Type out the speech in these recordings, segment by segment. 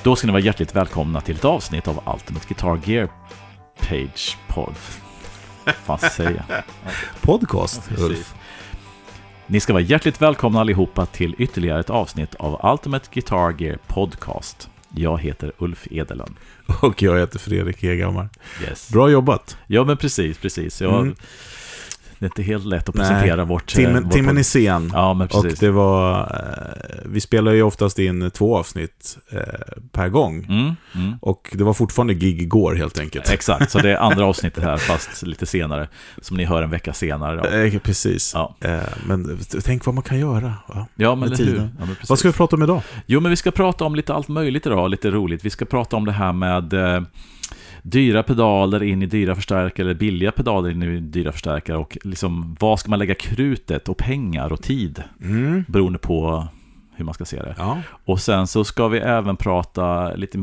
Då ska ni vara hjärtligt välkomna till ett avsnitt av Ultimate Guitar Gear Page Pod. Fan säga. Podcast, Ja, Ulf. Ni ska vara hjärtligt välkomna allihopa till ytterligare ett avsnitt av Ultimate Guitar Gear Podcast. Jag heter Ulf Edelund. Och jag heter Fredrik Egammar. Yes. Bra jobbat. Ja, men precis. Det är inte helt lätt att presentera vårt... Timmen är sen. Ja, men precis. Och det var... vi spelar ju oftast in 2 avsnitt per gång. Och det var fortfarande gig igår helt enkelt. Exakt, så det är andra avsnittet här fast lite senare. Som ni hör en vecka senare. Precis. Ja. Men tänk vad man kan göra. Va? Ja, men hur? Ja, men vad ska vi prata om idag? Jo, men vi ska prata om lite allt möjligt idag. Lite roligt. Vi ska prata om det här med... dyra pedaler in i dyra förstärkare eller billiga pedaler in i dyra förstärkare och liksom vad ska man lägga krutet och pengar och tid beroende på hur man ska se det. Ja. Och sen så ska vi även prata lite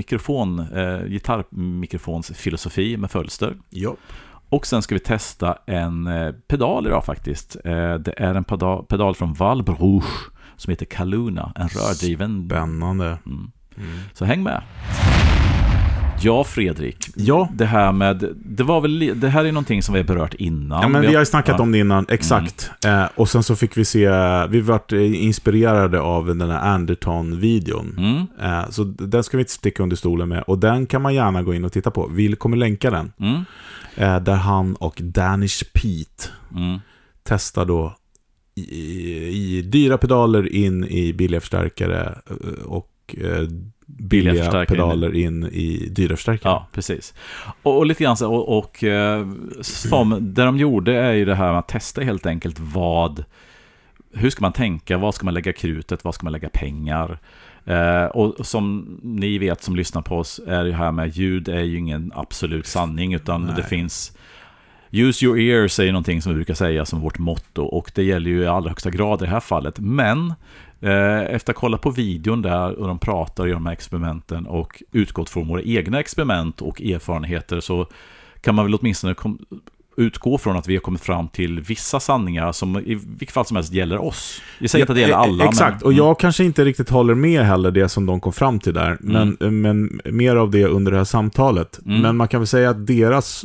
gitarrmikrofonsfilosofi med Fölster. Ja. Och sen ska vi testa en pedal idag faktiskt. Det är en pedal från Valbrouge som heter Kaluna, en rördriven. Spännande. Så häng med. Ja, Fredrik. Ja. Det här är någonting som vi har berört innan. Ja, men vi har snackat om det innan, exakt. Och sen så fick vi se, vi varit inspirerade av den här Anderton-videon. Så den ska vi inte sticka under stolen med. Och den kan man gärna gå in och titta på. Vi kommer länka den. Där han och Danish Pete testar då i dyra pedaler in i billiga förstärkare och billiga pedaler in i dyra förstärkare. Ja, precis. Och lite grann så, och det de gjorde är ju det här med att testa helt enkelt hur ska man tänka, vad ska man lägga krutet, vad ska man lägga pengar. Och som ni vet som lyssnar på oss är det här med ljud är ju ingen absolut sanning utan det finns use your ears är någonting som vi brukar säga som vårt motto och det gäller ju i allra högsta grad i det här fallet. Men efter att kolla på videon där och de pratar och gör de här experimenten och utgått från våra egna experiment och erfarenheter så kan man väl åtminstone utgå från att vi har kommit fram till vissa sanningar som i vilket fall som helst gäller oss. Vi säger inte att det gäller alla. Exakt, och jag kanske inte riktigt håller med heller det som de kom fram till där. Men mer av det under det här samtalet. Men man kan väl säga att deras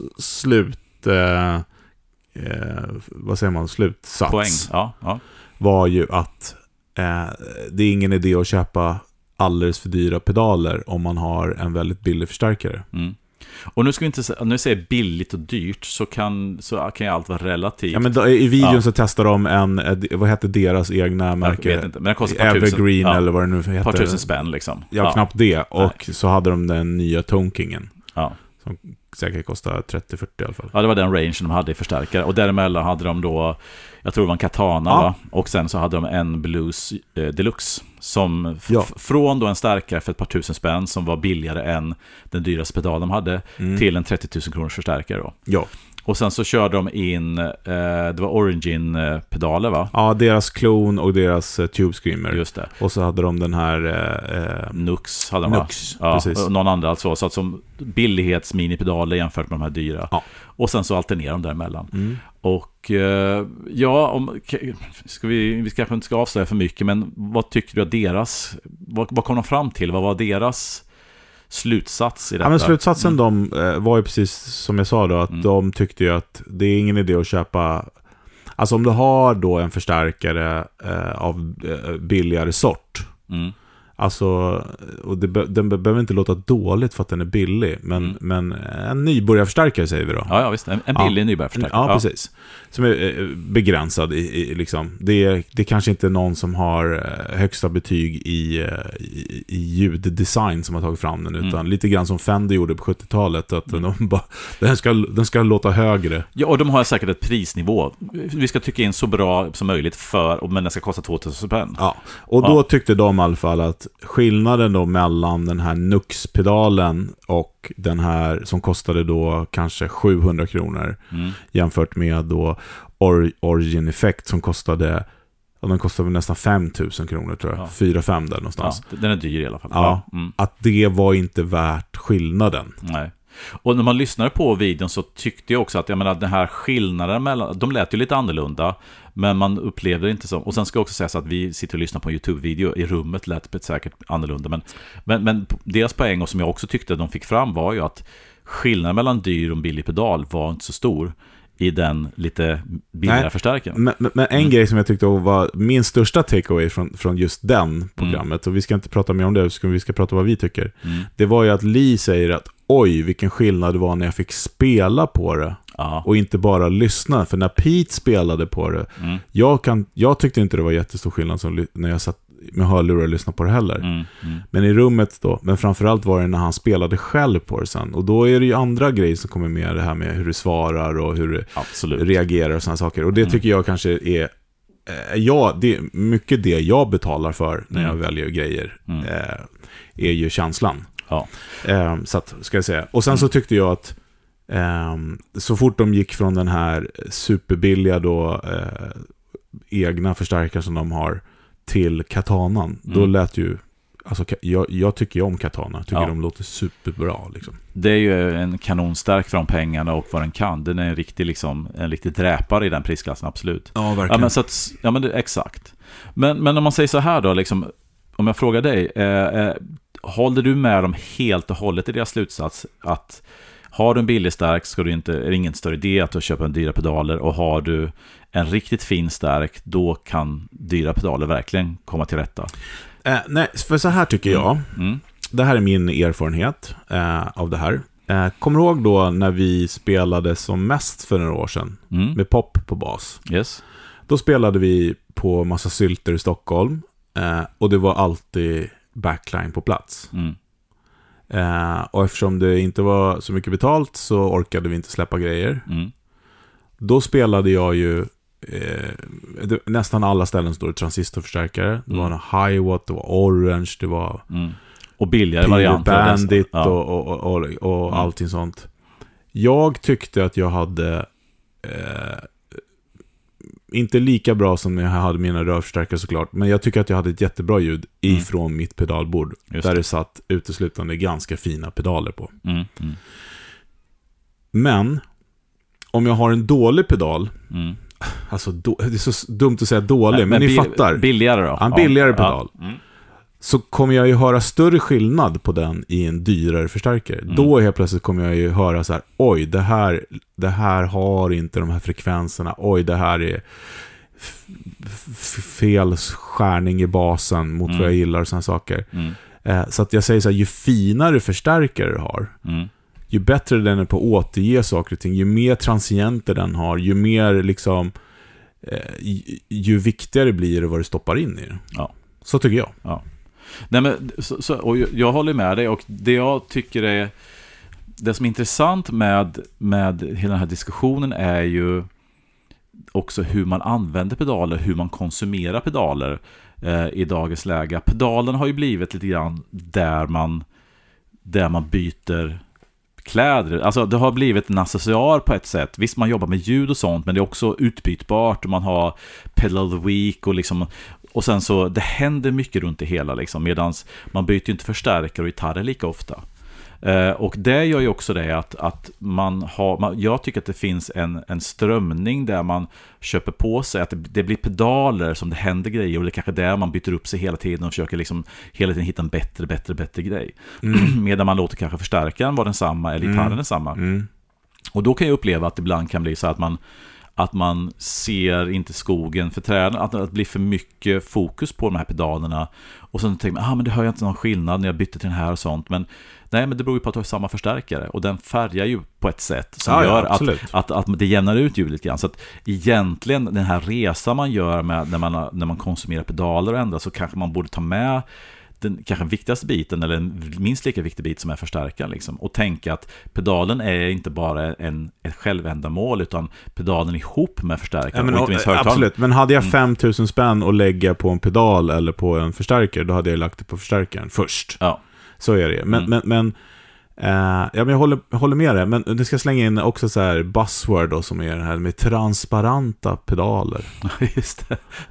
slutsats poäng. Ja. var ju att det är ingen idé att köpa alldeles för dyra pedaler om man har en väldigt billig förstärkare. Och nu ska vi inte när vi säger billigt och dyrt så kan ju allt vara relativt. Ja, men i videon så testar de vad heter deras egna märke? Jag vet inte, men det kostar Evergreen eller vad det nu heter. Ett par tusen spänn liksom. Ja, knappt det. Och så hade de den nya Tonekingen. Ja. Som säkert kostar 30-40 i alla fall. Ja, det var den range de hade i förstärkare. Och däremellan hade de då, jag tror det var en Katana va? Och sen så hade de en Blues Deluxe som från då en stärkare för ett par tusen spänn som var billigare än den dyraste pedal de hade till en 30 000 kronors förstärkare då. Ja. Och sen så körde de in det var Origin-pedaler va? Ja, deras klon och deras Tube Screamer. Just det. Och så hade de den här Nux hade de Nux, va? precis. Och någon annan alltså. Så att som billighetsminipedaler jämfört med de här dyra. Ja. Och sen så alternerar de däremellan. Och vi kanske inte ska avslöja för mycket, men vad tycker du att deras, vad kom de fram till? Vad var deras slutsats i detta? Ja, men slutsatsen var ju precis som jag sa då, att de tyckte ju att det är ingen idé att köpa, alltså om du har då en förstärkare av billigare sort, alltså, och den behöver inte låta dåligt för att den är billig, men en nybörjarförstärkare säger vi då. Ja visst, en billig nybörjarförstärkare. Ja, precis. Som är begränsad i liksom. Det är kanske inte någon som har högsta betyg i ljuddesign som har tagit fram den, utan lite grann som Fender gjorde på 70-talet, att den ska låta högre. Ja, och de har säkert ett prisnivå. Vi ska tycka in så bra som möjligt men den ska kosta 2000 spänn. Ja, och då tyckte de i alla fall att skillnaden då mellan den här Nux-pedalen och den här som kostade då kanske 700 kronor jämfört med då Origin Effect som kostade nästan 5000 kronor tror jag. 4-5 där någonstans. Ja, den är dyr i alla fall. Ja, att det var inte värt skillnaden. Nej. Och när man lyssnade på videon så tyckte jag också att den här skillnaden mellan, de lät ju lite annorlunda, men man upplevde det inte som, och sen ska jag också säga så att vi sitter och lyssnar på en YouTube-video, i rummet lät det säkert annorlunda, men deras poäng, och som jag också tyckte de fick fram, var ju att skillnaden mellan dyr och billig pedal var inte så stor i den lite billigare förstärkaren. Men en grej som jag tyckte var min största takeaway från just den programmet, och vi ska inte prata mer om det, vi ska prata om vad vi tycker. Det var ju att Lee säger att oj, vilken skillnad det var när jag fick spela på det. Ja. Och inte bara lyssna. För när Pete spelade på det, jag tyckte inte det var jättestor skillnad som när jag satt med hörlurar och lyssnade på det heller. Men i rummet då, men framförallt var det när han spelade själv på det sen. Och då är det ju andra grejer som kommer med, det här med hur du svarar och hur du reagerar och sådana saker. Och det tycker jag kanske är det är mycket det jag betalar för när jag väljer grejer. Är ju känslan. Ja. Så att, ska jag säga. Och sen så tyckte jag att så fort de gick från den här superbilliga då egna förstärkare som de har till katanan, då lät ju, alltså jag tycker ju om katana, tycker de låter superbra liksom. Det är ju en kanonstärk för de pengarna och vad den kan. Den är en riktig dräpare i den prisklassen, absolut. Ja, verkligen. Ja, men så att, exakt. Men om man säger så här då, liksom, om jag frågar dig, håller du med dem helt och hållet i deras slutsats att har du en billig stärk så är det ingen större idé att du köper en dyra pedaler, och har du en riktigt fin stärk, då kan dyra pedaler verkligen komma till rätta? Nej, för så här tycker jag. Det här är min erfarenhet av det här. Kommer du ihåg då när vi spelade som mest för några år sedan med pop på bas? Yes. Då spelade vi på massa sylter i Stockholm, och det var alltid backline på plats. Och eftersom det inte var så mycket betalt så orkade vi inte släppa grejer. Då spelade jag ju nästan alla ställen stod det transistorförstärkare. Det var en Hiwatt, det var Orange, det var och billigare varianter, Bandit och allting sånt. Jag tyckte att jag hade inte lika bra som jag hade mina rörförstärkare såklart, men jag tycker att jag hade ett jättebra ljud ifrån mitt pedalbord, där det satt uteslutande ganska fina pedaler på. Men om jag har en dålig pedal, alltså det är så dumt att säga dålig, men ni fattar. Billigare då? En billigare pedal. Så kommer jag ju höra större skillnad på den i en dyrare förstärkare. Då helt plötsligt kommer jag ju höra så här: oj, det här har inte de här frekvenserna. Oj, det här är fel skärning i basen mot vad jag gillar och såna saker. Så att jag säger så här, ju finare förstärkare du har, ju bättre den är på att återge saker och ting, ju mer transienter den har, ju mer liksom ju viktigare blir det vad du stoppar in i det. Ja. Så tycker jag. Ja. Nej, men, och jag håller med dig, och det jag tycker är det som är intressant med hela den här diskussionen är ju också hur man använder pedaler, hur man konsumerar pedaler i dagens läge. Pedalen har ju blivit lite grann där man byter kläder. Alltså det har blivit en accessoar på ett sätt. Visst, man jobbar med ljud och sånt, men det är också utbytbart, och man har pedal of the week och liksom, och sen så det händer mycket runt det hela liksom, medans man byter ju inte förstärkare och gitarrer lika ofta. Och det gör ju också det att jag tycker att det finns en strömning där man köper på sig att det blir pedaler som det händer grejer, och det är kanske där man byter upp sig hela tiden och försöker liksom hela tiden hitta en bättre grej. Medan man låter kanske förstärkaren vara densamma eller gitarren densamma. Och då kan jag uppleva att ibland kan bli så att man ser inte skogen för träden, att det blir för mycket fokus på de här pedalerna, och sen tänker man, men det hör jag inte någon skillnad när jag bytte till den här och sånt, men nej, men det beror ju på att du har samma förstärkare, och den färgar ju på ett sätt som gör att det jämnar ut ljudet lite grann. Så att egentligen den här resan man gör med när man konsumerar pedaler och ändrar, så kanske man borde ta med den kanske viktigaste biten, eller en minst lika viktig bit som är förstärkaren liksom, och tänka att pedalen är inte bara ett självändamål, utan pedalen ihop med förstärkaren. Ja, men, absolut, men hade jag 5000 spänn att lägga på en pedal eller på en förstärkare, då hade jag lagt det på förstärkaren först. Ja. Så är det. Men jag håller med dig, men det ska slänga in också så här buzzword då, som är det här med transparenta pedaler. Just det.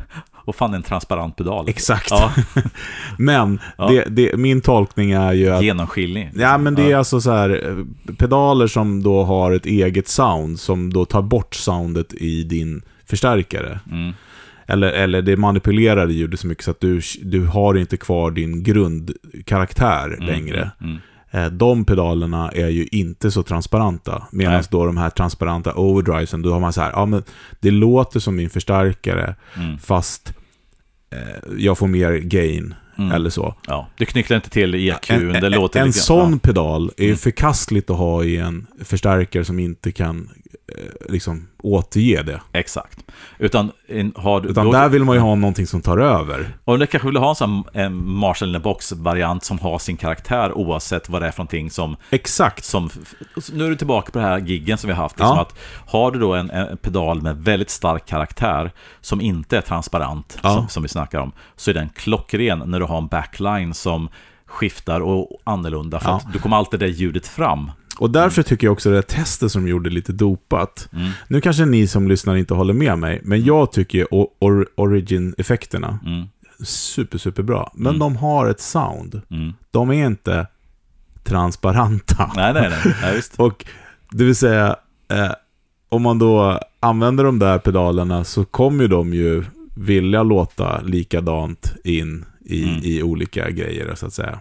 Och fan, en transparent pedal. Exakt. Ja. Men min tolkning är ju att... Genomskinlig. Ja, men det är alltså så här, pedaler som då har ett eget sound som då tar bort soundet i din förstärkare. Eller det manipulerar ljudet så mycket så att du har inte kvar din grundkaraktär längre. De pedalerna är ju inte så transparenta. Medan då de här transparenta overdrivesen, då har man så här, men det låter som min förstärkare fast jag får mer gain eller så. Ja, det knycklar inte till EQ. En sån pedal är ju förkastligt att ha i en förstärkare som inte kan liksom återge det. Exakt. Utan där vill man ju ha någonting som tar över. Och det kanske vill ha en Marshall in a box-variant som har sin karaktär oavsett vad det är för någonting som... Exakt. Nu är du tillbaka på det här giggen som vi har haft. Liksom att har du då en pedal med väldigt stark karaktär som inte är transparent, som vi snackar om, så är den klockren när du har en backline som skiftar och annorlunda. För att du kommer alltid det ljudet fram. Och därför tycker jag också det testet som gjorde lite dopat. Nu kanske ni som lyssnar inte håller med mig, men jag tycker Origin-effekterna super bra. Men de har ett sound. De är inte transparenta. Nej, visst. Och det vill säga, om man då använder de där pedalerna så kommer de ju vilja låta likadant in i olika grejer, så att säga.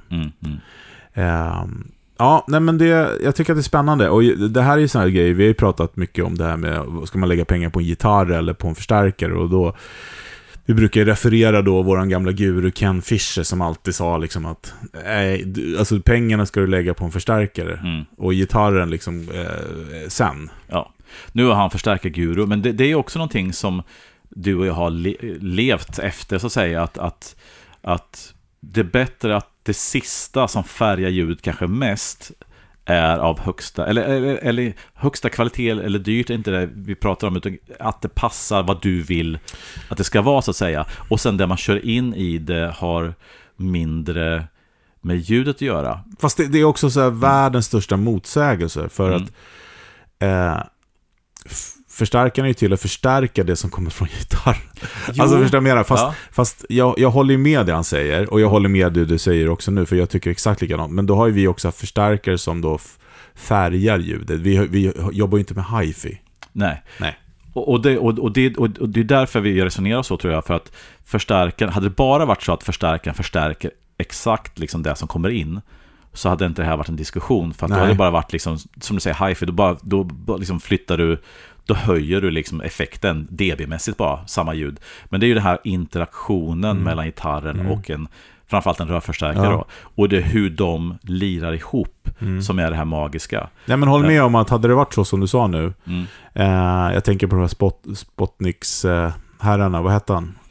Ja, nej, men jag tycker att det är spännande. Och det här är ju sån här grej, vi har ju pratat mycket om det här med, ska man lägga pengar på en gitarr eller på en förstärkare, och då vi brukar referera då våran gamla guru Ken Fisher som alltid sa liksom att alltså pengarna ska du lägga på en förstärkare och gitarren liksom sen. Ja, nu har han förstärkarguru, men det är också någonting som du och jag har levt efter, så att säga, att det är bättre att det sista som färgar ljudet kanske mest är av högsta eller högsta kvalitet eller dyrt, är inte det vi pratar om, utan att det passar vad du vill att det ska vara, så att säga. Och sen det man kör in i det har mindre med ljudet att göra. Fast det är också så här världens största motsägelse, för att förstärkaren är ju till att förstärka det som kommer från gitarr. Alltså förstår jag fast jag håller med det han säger, och jag håller med det du säger också nu, för jag tycker exakt likadant. Men då har ju vi också förstärkare som då färgar ljudet. Vi jobbar ju inte med hi-fi. Nej. Och det är därför vi resonerar så, tror jag, för att förstärkaren, hade det bara varit så att förstärkaren förstärker exakt liksom det som kommer in, så hade inte det här varit en diskussion, för att då hade det bara varit liksom, som du säger, hi-fi, då liksom flyttar du, då höjer du liksom effekten dB-mässigt, bara samma ljud. Men det är ju den här interaktionen mellan gitarren och framförallt en rörförstärkare då. Och det är hur de lirar ihop som är det här magiska. Nej, men håll med om att hade det varit så som du sa nu, jag tänker på de här Spotniks herrarna, vad hette han?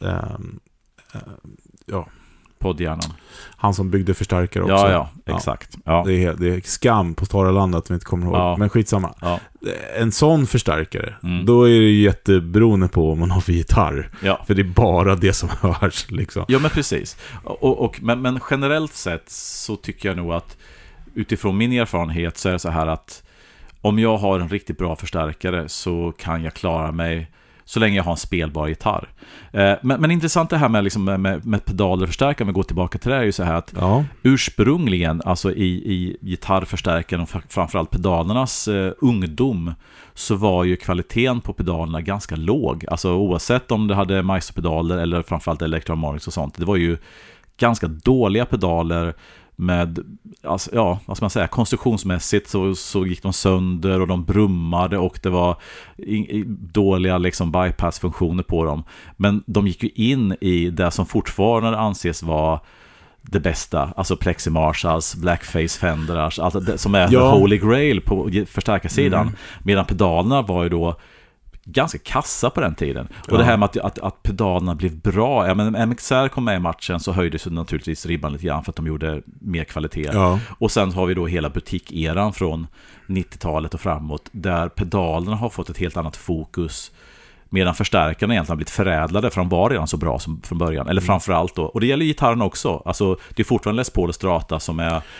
Poddhjärnan. Han som byggde förstärkare också. Ja, exakt. Ja. Det är skam på Stara landet att vi inte kommer ihåg. Men skitsamma. Ja. En sån förstärkare, då är det ju jätteberoende på om man har för gitarr. Ja. För det är bara det som hörs. Liksom. Ja, men precis. Men generellt sett så tycker jag nog att utifrån min erfarenhet så är det så här att om jag har en riktigt bra förstärkare så kan jag klara mig så länge jag har en spelbar gitarr. Men intressant det här med, liksom, med pedaler och förstärkare, om vi går tillbaka till det, är ju så här att ursprungligen, alltså i gitarrförstärkaren och framförallt pedalernas ungdom, så var ju kvaliteten på pedalerna ganska låg. Alltså oavsett om det hade Meister-pedaler eller framförallt Electro Harmonix och sånt. Det var ju ganska dåliga pedaler med, alltså, vad ska man säga, konstruktionsmässigt så gick de sönder och de brummade och det var dåliga liksom bypass-funktioner på dem. Men de gick ju in i det som fortfarande anses vara det bästa, alltså Plexi Marshalls, Blackface Fenders, allt det som är the holy grail på förstärkarsidan. Medan pedalerna var ju då ganska kassa på den tiden. Och det här med att pedalerna blev bra. Ja, men MXR kom med i matchen, så höjdes naturligtvis ribban lite grann för att de gjorde mer kvalitet. Ja. Och sen har vi då hela butikeran från 90-talet och framåt, där pedalerna har fått ett helt annat fokus, medan förstärkarna egentligen har blivit förädlade, för de var redan så bra som från början. Eller framförallt då. Och det gäller gitarren också. Alltså, det är fortfarande Les Paul och Strata som är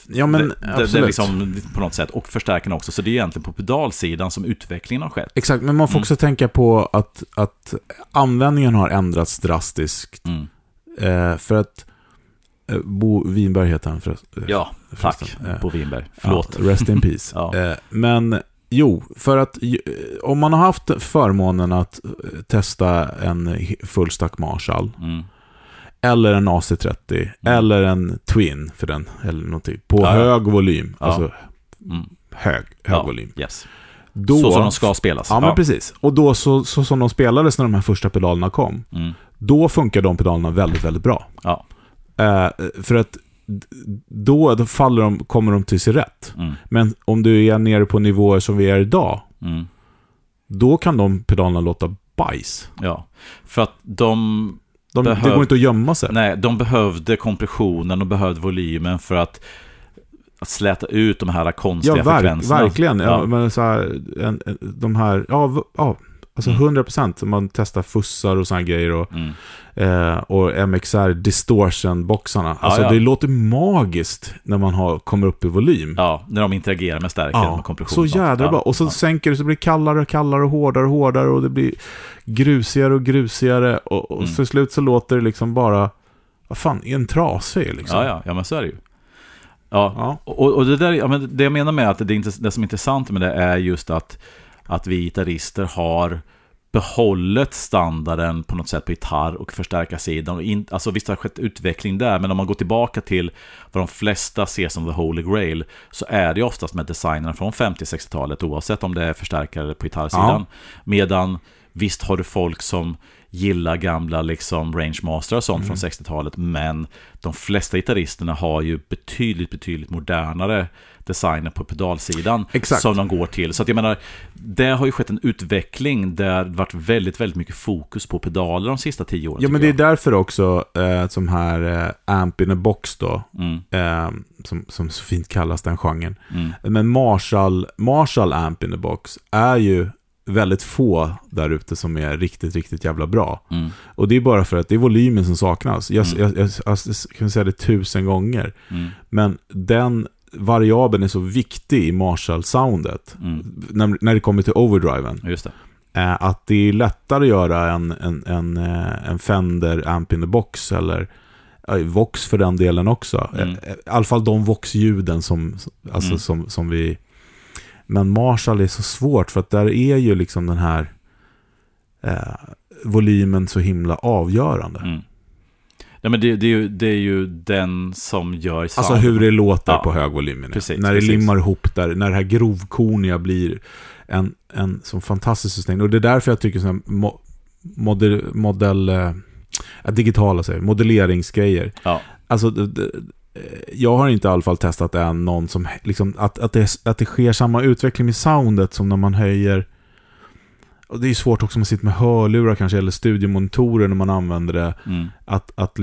Ja, men det liksom på något sätt, och förstärkarna också. Så det är egentligen på pedalsidan som utvecklingen har skett. Exakt, men man får också tänka på att användningen har ändrats drastiskt. För att Bo Winberg heter han ja, tack. Bo Winberg. Förlåt. Ja, rest in peace. Ja. Men för att om man har haft förmånen att testa en fullstack Marshall eller en AC30 eller en Twin för den eller någonting på hög volym, alltså hög volym. Yes. Då, så som de ska spelas. Ja, men precis. Och då så som de spelades när de här första pedalerna kom, då funkar de pedalerna väldigt, väldigt bra. Ja. För att då kommer de till sig rätt. Men om du är nere på nivåer som vi är idag, då kan de pedalerna låta bajs. Ja, för att det går inte att gömma sig. Nej, de behövde kompressionen, de behövde volymen för att släta ut de här konstiga frekvenserna. Verkligen. Ja. Men så här, de här, alltså 100% man testar fussar och såna grejer och MXR distortion-boxarna. Alltså det låter magiskt när man kommer upp i volym. Ja, när de interagerar med stärkare med kompression. Så jävla bra. Och så sänker det, så blir det kallare och kallare och hårdare och det blir grusigare och grusigare och till slut så låter det liksom bara en trasig liksom. Ja, men så är det ju. Ja. Och det där, men det jag menar med att det som är intressant med det är just att vi gitarrister har behållit standarden på något sätt på gitarr och förstärkarsidan. Alltså visst har det skett utveckling där, men om man går tillbaka till vad de flesta ser som the holy grail, så är det oftast med designerna från 50-60-talet, oavsett om det är förstärkare på gitarrsidan. Medan visst har du folk som gillar gamla liksom Rangemaster och sånt från 60-talet, men de flesta gitarristerna har ju betydligt modernare designer på pedalsidan. Exakt. Som de går till. Så att jag menar, det har ju skett en utveckling där det varit väldigt mycket fokus på pedaler de sista 10 åren. Ja, men det är därför också som här amp in a box då, som så fint kallas den genren. Men Marshall amp in a box är ju väldigt få där ute som är riktigt jävla bra. Och det är bara för att det är volymen som saknas. Jag kan säga det 1000 gånger. Men den variabeln är så viktig i Marshall-soundet när det kommer till overdriven. Just det. Att det är lättare att göra en Fender amp in the box eller Vox för den delen också. I alla fall de Vox-ljuden som vi... Men Marshall är så svårt för att där är ju liksom den här volymen så himla avgörande. Ja, men det är ju den som gör sound. Alltså hur det låter på hög volym. När det limmar ihop där, när det här grovkorniga blir en så fantastisk sustain. Och det är därför jag tycker sån modelleringsgrejer. Ja. Alltså jag har inte i alla fall testat någon som liksom att det sker samma utveckling med soundet som när man höjer. Och det är svårt också om man sitter med hörlurar kanske eller studiomonitorer när man använder det. Att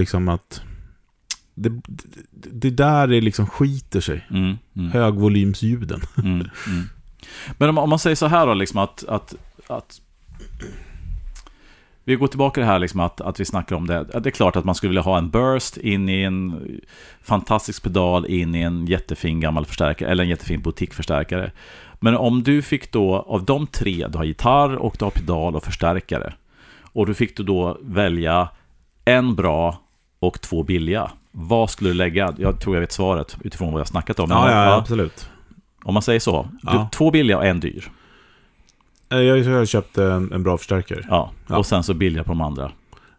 det där är liksom skiter sig. Högvolymsljuden. Men om man säger så här då, liksom att vi går tillbaka till det här liksom att vi snackar om det. Det är klart att man skulle vilja ha en burst in i en fantastisk pedal, in i en jättefin gammal förstärkare eller en jättefin butikförstärkare. Men om du fick då av de tre, du har gitarr och du har pedal och förstärkare, och du fick då välja en bra och 2 billiga, vad skulle du lägga? Jag tror jag vet svaret utifrån vad jag snackat om. Ja, absolut. Om man säger så, 2 billiga och 1 dyr. Jag köpte en bra förstärkare. Ja, och sen så billiga på de andra.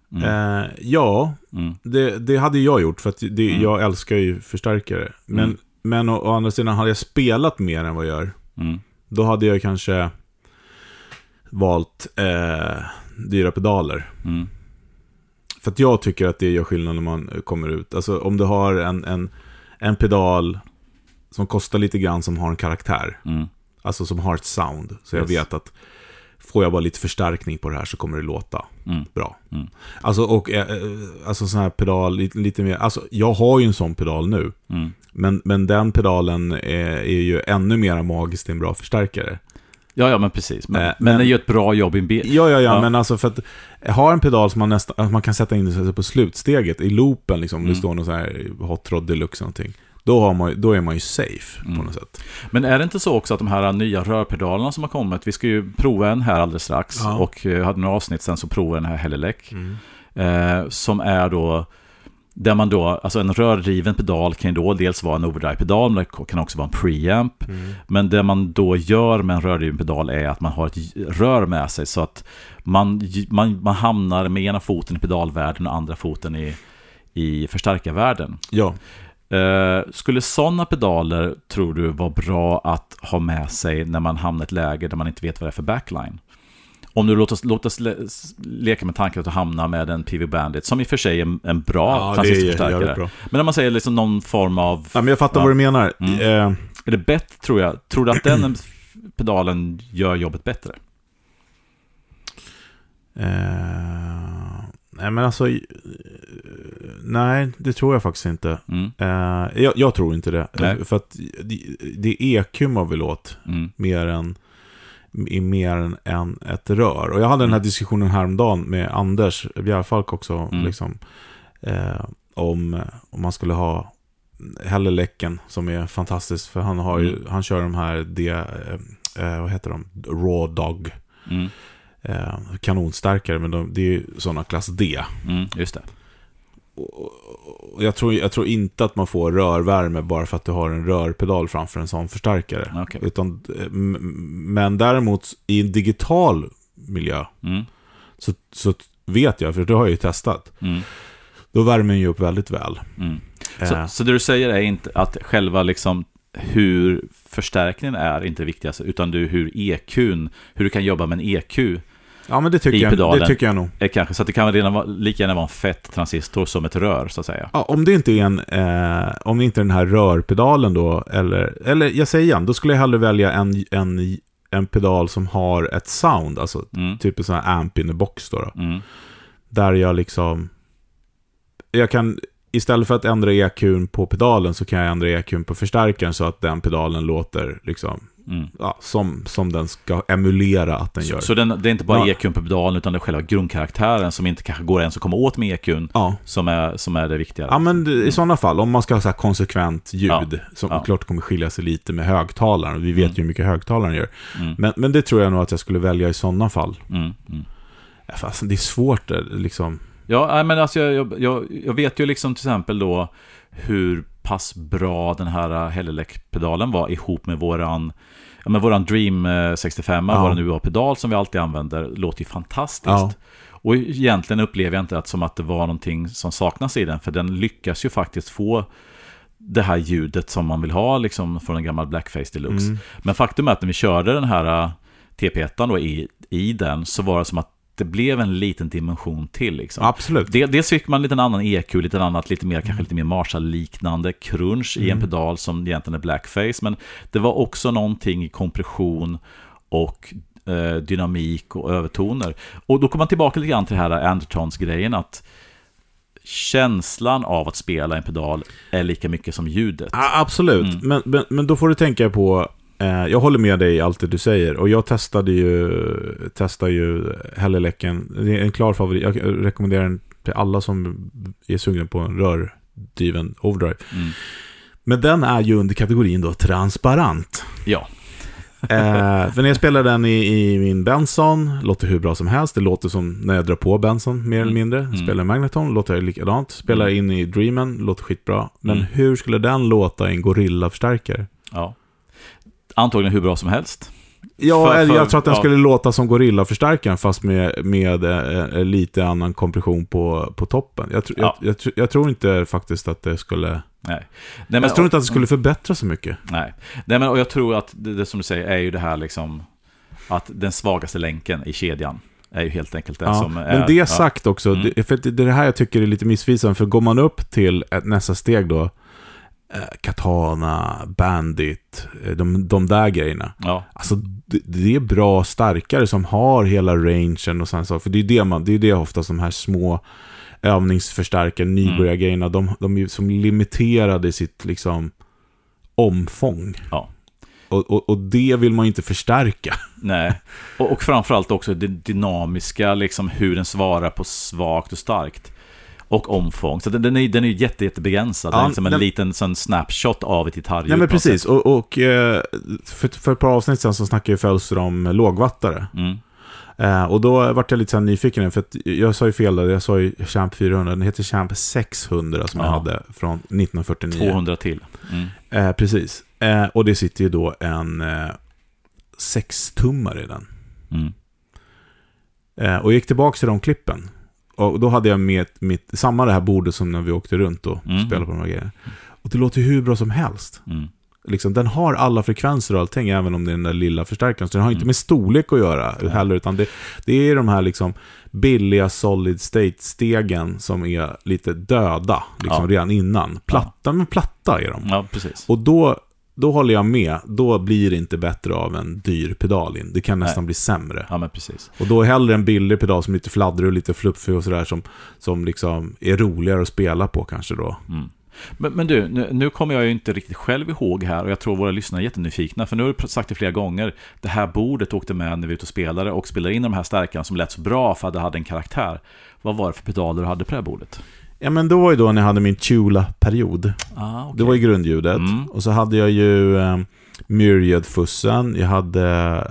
Det hade jag gjort för att jag älskar ju förstärkare. Men å andra sidan hade jag spelat mer än vad jag gör. Då hade jag kanske valt dyra pedaler. För att jag tycker att det gör skillnad när man kommer ut. Alltså om du har en pedal som kostar lite grann, som har en karaktär. Alltså som har ett sound. Så jag vet att får jag bara lite förstärkning på det här så kommer det låta bra. Alltså och alltså sån här pedal lite mer. Alltså jag har ju en sån pedal nu. Men den pedalen är ju ännu mer magisk än en bra förstärkare. Ja, men precis. Men det gör ett bra jobb i en bil. Ja, men alltså för att ha en pedal som man kan sätta in sig på slutsteget i loopen liksom, det står någon så här Hot Rod Deluxe någonting. då är man ju safe på något sätt. Men är det inte så också att de här nya rörpedalerna som har kommit, vi ska ju prova en här alldeles strax, och hade några avsnitt sen så provade den här Helelec, som är då där man då, alltså en rördriven pedal kan ju då dels vara en overdrive-pedal, men det kan också vara en preamp. Men det man då gör med en rördriven pedal är att man har ett rör med sig, så att man hamnar med ena foten i pedalvärlden och andra foten i förstärkarvärlden. Ja. Skulle sådana pedaler, tror du, vara bra att ha med sig när man hamnar i ett läge där man inte vet vad det är för backline? Om du låt oss leka med tanken att hamna med en PV Bandit, som i och för sig är en bra transistorförstärkare. Men när man säger liksom någon form av... Ja, men jag fattar vad du menar. Är det bättre, tror jag? Tror du att den pedalen gör jobbet bättre? Nej, men alltså... Nej, det tror jag faktiskt inte. Jag tror inte det. För att det är EQ man vill åt. Mer än ett rör. Och jag hade den här diskussionen häromdagen med Anders Bjärfalk också, liksom, om man skulle ha Hellelecen, som är fantastiskt, för han kör de här vad heter de? Raw Dog. Kanonstärkare, men det är ju sådana klass D. Just det. Och jag tror inte att man får rörvärme bara för att du har en rörpedal framför en sån förstärkare. Okay. Men däremot i en digital miljö så vet jag, för det har jag ju testat. Då värmer ju upp väldigt väl. Så det du säger är inte att själva liksom hur förstärkningen är inte det viktigaste, utan hur du kan jobba med en EQ. Ja, men det tycker jag nog. Är kanske, så att det kan lika gärna vara en fett transistor som ett rör, så att säga. Ja, om det inte är om det inte är den här rörpedalen då, eller jag säger igen, då skulle jag hellre välja en pedal som har ett sound, alltså typ en sån här amp in a box då. Där jag kan, istället för att ändra EQ:n på pedalen, så kan jag ändra EQ:n på förstärkaren, så att den pedalen låter liksom som den ska emulera att den gör. Så det är inte bara EQ:n på pedalen, utan det är själva grundkaraktären som inte kanske går ens att komma åt med EQ:n, som är det viktiga. Ja, men i sådana fall, om man ska ha så här konsekvent ljud, som klart kommer skilja sig lite med högtalaren. Vi vet ju hur mycket högtalaren gör. Men det tror jag nog att jag skulle välja i sådana fall. Fast det är svårt liksom. Ja, men alltså jag vet ju liksom till exempel då hur pass bra den här Helelec-pedalen var ihop med våran Dream 65, våran UA-pedal som vi alltid använder. Låter ju fantastiskt. Och egentligen upplever jag inte att det var någonting som saknas i den, för den lyckas ju faktiskt få det här ljudet som man vill ha liksom från en gammal Blackface Deluxe. Men faktum är att när vi körde den här TP1 då i den, så var det som att det blev en liten dimension till liksom. Absolut. Dels fick man lite annan EQ, kanske lite mer Marshall-liknande crunch i en pedal som egentligen är Blackface, men det var också någonting i kompression och dynamik och övertoner. Och då kommer man tillbaka lite grann till det här Andertons-grejen, att känslan av att spela en pedal är lika mycket som ljudet. Absolut, men då får du tänka på, jag håller med dig i allt det du säger, och jag testar ju Hellelecen. Det är en klar favorit. Jag rekommenderar den till alla som är sugna på en rördriven overdrive. Men den är ju under kategorin då transparent. Ja. För när jag spelar den i min Benson, låter hur bra som helst. Det låter som när jag drar på Benson, mer eller mindre. Spelar Magneton, låter det likadant. Spelar in i Dreamen, låter skitbra. Men hur skulle den låta i en Gorilla-förstärkare? Ja. Antagligen hur bra som helst. Ja, jag tror att den skulle låta som Gorilla-förstärkaren, fast med lite annan kompression på toppen. Jag tror inte faktiskt att det skulle... Nej, men, jag tror inte att det skulle förbättra så mycket. Nej, men och jag tror att det som du säger är ju det här liksom, att den svagaste länken i kedjan är ju helt enkelt den som är... Men det sagt också, för det är det här jag tycker är lite missvisande, för går man upp till nästa steg då, Katana, Bandit, de där grejerna. Alltså det är bra starkare som har hela rangen och sånt, för det är det oftast de här små övningsförstärkare, nybörjargrejerna, de är som limiterade i sitt liksom omfång. Och det vill man inte förstärka. Nej. Och framförallt också det dynamiska, liksom hur den svarar på svagt och starkt. Och omfång. Så den är ju jättebegränsad. Ja, som en liten sån snapshot av ett gitarrljud. Ja, men precis. Och för ett par avsnitt sedan så snackade ju Fölster om lågvattare. Och då vart jag lite så nyfiken, för att jag sa ju fel där. Jag sa ju Champ 400. Den heter Champ 600 som jag hade från 1949. 200 till. Precis. Och det sitter ju då en 6-tummare i den. Och jag gick tillbaka till de klippen. Och då hade jag med samma det här bordet som när vi åkte runt och spelade på de här grejerna. Och det låter hur bra som helst. Liksom, den har alla frekvenser och allting, även om det är den där lilla förstärkaren. Så den har inte med storlek att göra heller, utan det är de här liksom billiga solid state-stegen som är lite döda liksom redan innan. Men platta är de. Ja, precis. Och då håller jag med. Då blir det inte bättre av en dyr pedal in. Det kan nästan bli sämre. Ja, men precis. Och då är hellre en billig pedal som lite fladdrar och lite fluffig och sådär, som liksom är roligare att spela på kanske då. Men du, nu kommer jag ju inte riktigt själv ihåg här, och jag tror våra lyssnare är jättenyfikna, för nu har du sagt det flera gånger. Det här bordet åkte med när vi var ute och spelade och spelade in de här stärkarna som lät så bra för att det hade en karaktär. Vad var det för pedaler du hade på det här bordet? Ja, men då var ju då när jag hade min Chula-period. Okay. Det var ju grundljudet. Och så hade jag ju Myriad-fussen. Jag hade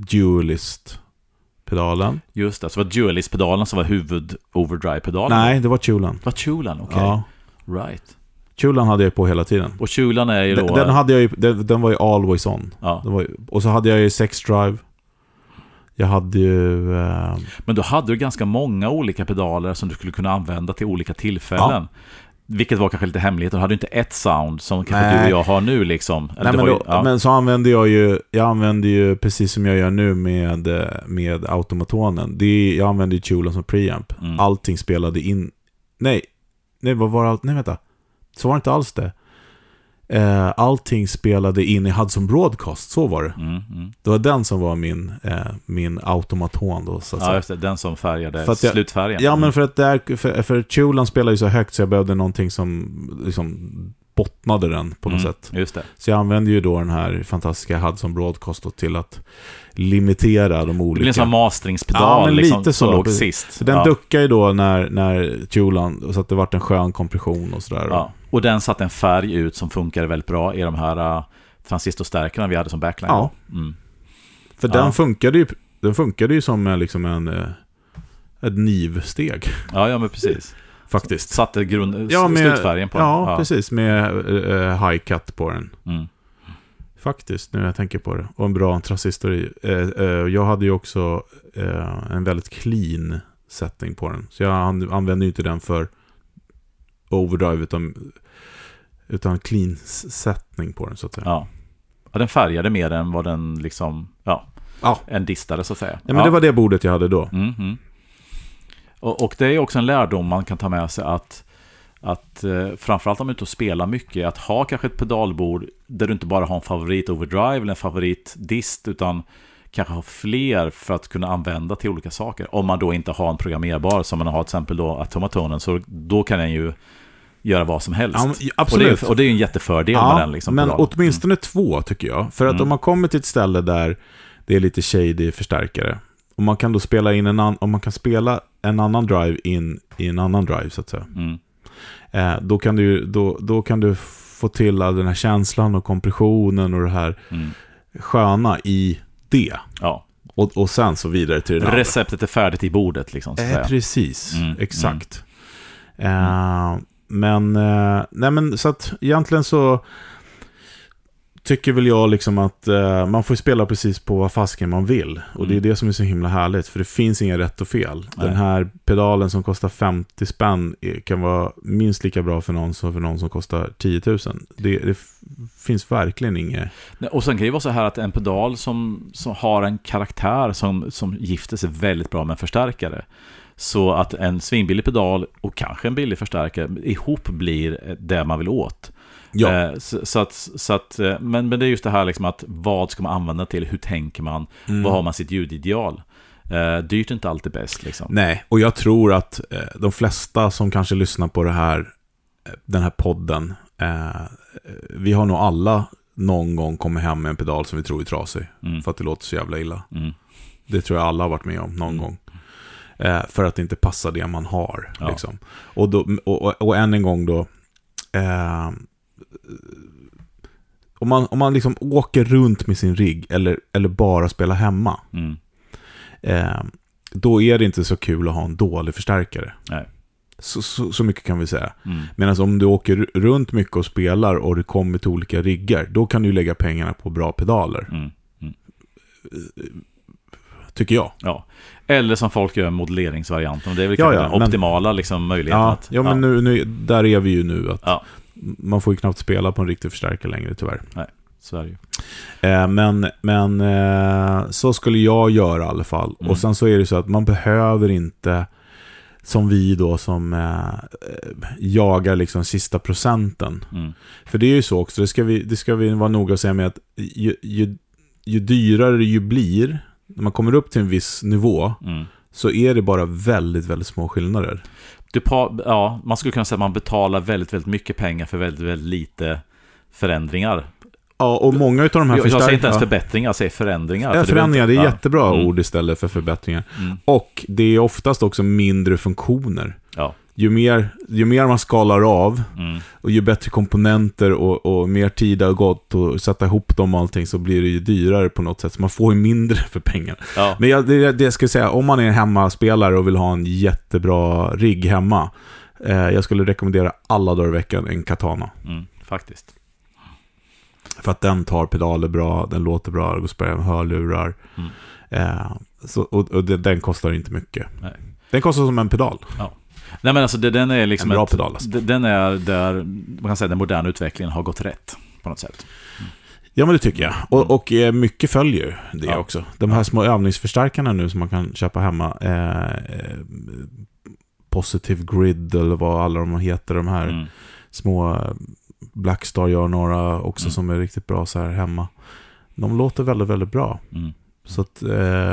Dualist-pedalen. Just det, så var Dualist-pedalen som var huvud-overdrive-pedalen? Nej, det var Chulan. Det var Chulan, okej. Ja. Right. Chulan hade jag på hela tiden. Och Chulan är ju då... Den hade jag ju, den var ju always on. Ja. Och så hade jag ju Sex Drive. Jag hade ju... Men då hade du ganska många olika pedaler som du skulle kunna använda till olika tillfällen. Ja. Vilket var kanske lite hemligt. Du hade inte ett sound som kanske du och jag har nu liksom. Men så använde jag använde ju precis som jag gör nu med automatonen. Jag använde ju Chulan som preamp. Allting spelade in... Nej, vad var allt? Nej, vänta. Så var det inte alls det. Allting spelade in i Hudson Broadcast, så var det. Det var den som var min automaton då, så att säga. Just det, den som färgade slutfärgen. Ja, men för att för Chulan spelar ju så högt så jag behövde någonting som liksom bottnade den på något sätt. Just det. Så jag använde ju då den här fantastiska Hudson Broadcast till att limitera de olika. Det blir en sån masteringspedal liksom, lite som låg sist. Så den duckar ju då när Chulan, så att det vart en skön kompression och sådär. Ja. Och den satt en färg ut som funkade väldigt bra i de här transistorstärkarna vi hade som backline. Ja. För den funkade ju som liksom ett nivsteg. Ja, men precis. Faktiskt. Satte slutfärgen på den. Ja, precis. Med high cut på den. Faktiskt, nu jag tänker på det. Och en bra transistor i. Jag hade ju också en väldigt clean setting på den. Så jag använde ju inte den för overdrive utan clean sättning på den, så att säga. Ja, den färgade mer än vad den liksom en distade, så att säga. Ja, men det var det bordet jag hade då. Och det är också en lärdom man kan ta med sig, att framförallt om du inte spelar mycket, att ha kanske ett pedalbord där du inte bara har en favorit overdrive eller en favorit dist, utan kanske ha fler för att kunna använda till olika saker. Om man då inte har en programmerbar som man har till exempel då automatonen, så då kan den ju göra vad som helst. Ja, absolut. Och det är ju en jättefördel med den liksom, men pedalen. Åtminstone två tycker jag. För att om man kommer till ett ställe där det är lite shady förstärkare, och man kan då spela in om man kan spela en annan drive in i en annan drive, så att säga. Då kan du få till all den här känslan och kompressionen och det här sköna i det. Ja. Och sen så vidare till det. Receptet är färdigt i bordet liksom, så att säga. Precis, exakt. Men så att egentligen så tycker väl jag liksom att man får spela precis på vad fasken man vill. Och det är det som är så himla härligt, för det finns inga rätt och fel. Nej. Den här pedalen som kostar 50 spänn kan vara minst lika bra för någon som för någon som kostar 10 000. Det finns verkligen inget. Och sen kan det vara så här att en pedal som har en karaktär som gifter sig väldigt bra med en förstärkare. Så att en svinbillig pedal och kanske en billig förstärkare ihop blir det man vill åt. Ja. Men det är just det här liksom, att vad ska man använda till, hur tänker man, vad har man sitt ljudideal. Dyrt är inte alltid bäst liksom. Nej, och jag tror att de flesta som kanske lyssnar på den här podden, vi har nog alla någon gång kommit hem med en pedal som vi tror är trasig, för att det låter så jävla illa. Det tror jag alla har varit med om någon gång. för att det inte passar det man har. Ja. Liksom. Och än en gång då, om man liksom åker runt med sin rigg eller bara spelar hemma, då är det inte så kul att ha en dålig förstärkare. Nej. Så mycket kan vi säga. Medan om du åker runt mycket och spelar och det kommer till olika riggar, då kan du lägga pengarna på bra pedaler. Tycker jag. Ja. Eller som folk gör modelleringsvarianten. Det är väl den optimala liksom, möjligheten. Men nu, där är vi ju nu. Att man får ju knappt spela på en riktig förstärkare längre, tyvärr. Nej, så är det ju. Men så skulle jag göra i alla fall. Och sen så är det så att man behöver inte, som vi då som jagar liksom sista procenten. För det är ju så också, det ska vi vara noga och säga med att ju dyrare det ju blir, när man kommer upp till en viss nivå, så är det bara väldigt, väldigt små skillnader. Man skulle kunna säga att man betalar väldigt, väldigt mycket pengar för väldigt, väldigt lite förändringar. Ja, och många av de här jag säger inte ens förbättringar, jag säger förändringar. Ja, förändringar, det är jättebra ord istället för förbättringar. Och det är oftast också mindre funktioner. Ja. Ju mer man skalar av och ju bättre komponenter och mer tid har gått och sätta ihop dem och allting, så blir det ju dyrare på något sätt. Så man får ju mindre för pengar. Ja. Men det ska jag säga, om man är hemmaspelare och vill ha en jättebra rigg hemma, jag skulle rekommendera alla dagar i veckan en Katana. Faktiskt. För att den tar pedaler bra, den låter bra, det går att spela med hörlurar. Och den kostar inte mycket. Nej. Den kostar som en pedal. Ja. Nej, men alltså den är liksom en bra pedal. Alltså. Den är där man kan säga den moderna utvecklingen har gått rätt på något sätt. Ja, men det tycker jag. Och mycket följer det också. De här små övningsförstärkarna nu som man kan köpa hemma, Positive Grid eller vad alla de heter, de här små, Blackstar gör några också som är riktigt bra så här hemma. De låter väldigt, väldigt bra. Så att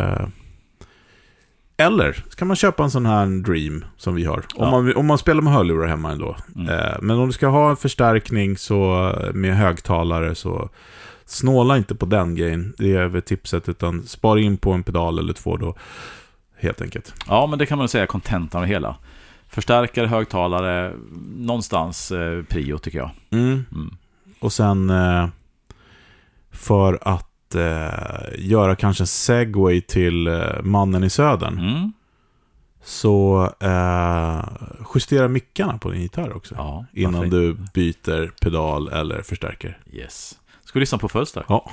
eller kan man köpa en sån här Dream som vi har. Om man spelar med hörlurar hemma ändå. Men om du ska ha en förstärkning så med högtalare, så snåla inte på den grejen. Det är väl tipset, utan spara in på en pedal eller två då, helt enkelt. Ja, men det kan man säga kontentan av hela. Förstärkare, högtalare, någonstans prio tycker jag. Och sen för att göra kanske en segway till mannen i södern, så justera mickarna på din gitarr också innan du byter pedal eller förstärker. Yes. Ska vi lyssna på Fölster? Ja.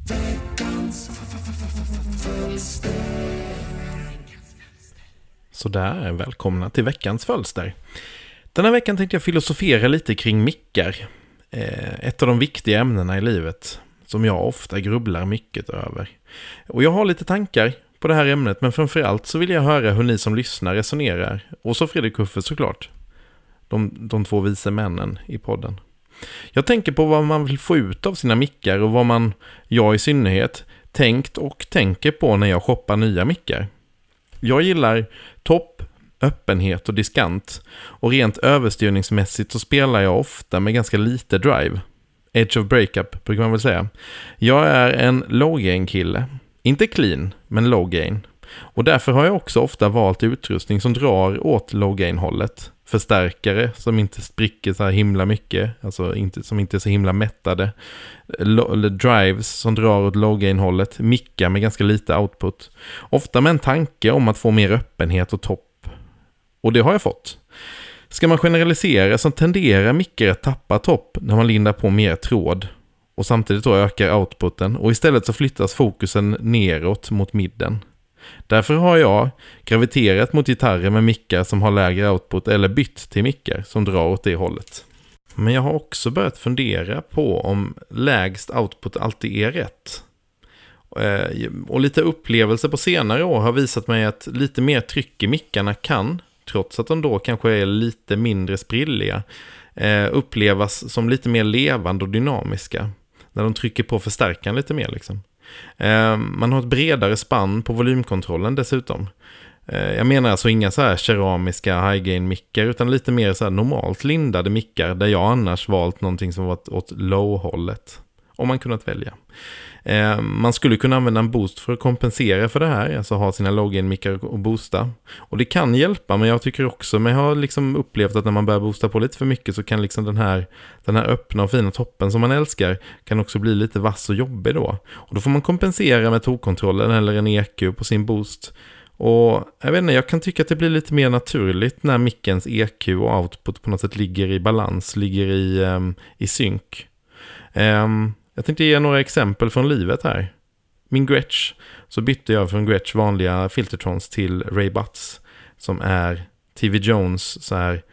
Så där, välkomna till veckans Fölster. Den här veckan tänkte jag filosofera lite kring mickar. Ett av de viktiga ämnena i livet som jag ofta grubblar mycket över. Och jag har lite tankar på det här ämnet, men framförallt så vill jag höra hur ni som lyssnar resonerar. Och så Fredrik Uffe såklart. De två vise männen i podden. Jag tänker på vad man vill få ut av sina mickar och vad jag i synnerhet, tänkt och tänker på när jag shoppar nya mickar. Jag gillar topp, öppenhet och diskant, och rent överstyrningsmässigt så spelar jag ofta med ganska lite drive. Edge of breakup brukar man väl säga. Jag är en low gain kille. Inte clean, men low gain. Och därför har jag också ofta valt utrustning som drar åt low gain hållet. Förstärkare som inte spricker så här himla mycket, alltså som inte är så himla mättade. Drives som drar åt low gain hållet. Mickar med ganska lite output. Ofta med en tanke om att få mer öppenhet och topp. Och det har jag fått. Ska man generalisera så tenderar mickar att tappa topp när man lindar på mer tråd. Och samtidigt då ökar outputen. Och istället så flyttas fokusen neråt mot midden. Därför har jag graviterat mot gitarrer med mickar som har lägre output, eller bytt till mickar som drar åt det hållet. Men jag har också börjat fundera på om lägst output alltid är rätt. Och lite upplevelser på senare år har visat mig att lite mer tryck i mickarna kan, trots att de då kanske är lite mindre sprilliga, upplevas som lite mer levande och dynamiska. När de trycker på förstärkaren lite mer liksom. Man har ett bredare spann på volymkontrollen dessutom. Jag menar alltså inga så här keramiska high-gain-mickar, utan lite mer så här normalt lindade mickar där jag annars valt någonting som varit åt low-hållet. Om man kunnat välja. Man skulle kunna använda en boost för att kompensera för det här, alltså ha sina login-mickar och boosta. Och det kan hjälpa, men jag tycker också, men jag har liksom upplevt att när man börjar boosta på lite för mycket så kan liksom den här öppna och fina toppen som man älskar kan också bli lite vass och jobbig då. Och då får man kompensera med tokkontrollen eller en EQ på sin boost. Och jag vet inte, jag kan tycka att det blir lite mer naturligt när mickens EQ och output på något sätt ligger i balans, ligger i synk. Jag tänkte ge några exempel från livet här. Min Gretsch, så bytte jag från Gretsch vanliga Filtertrons till Ray Butts som är TV Jones så här,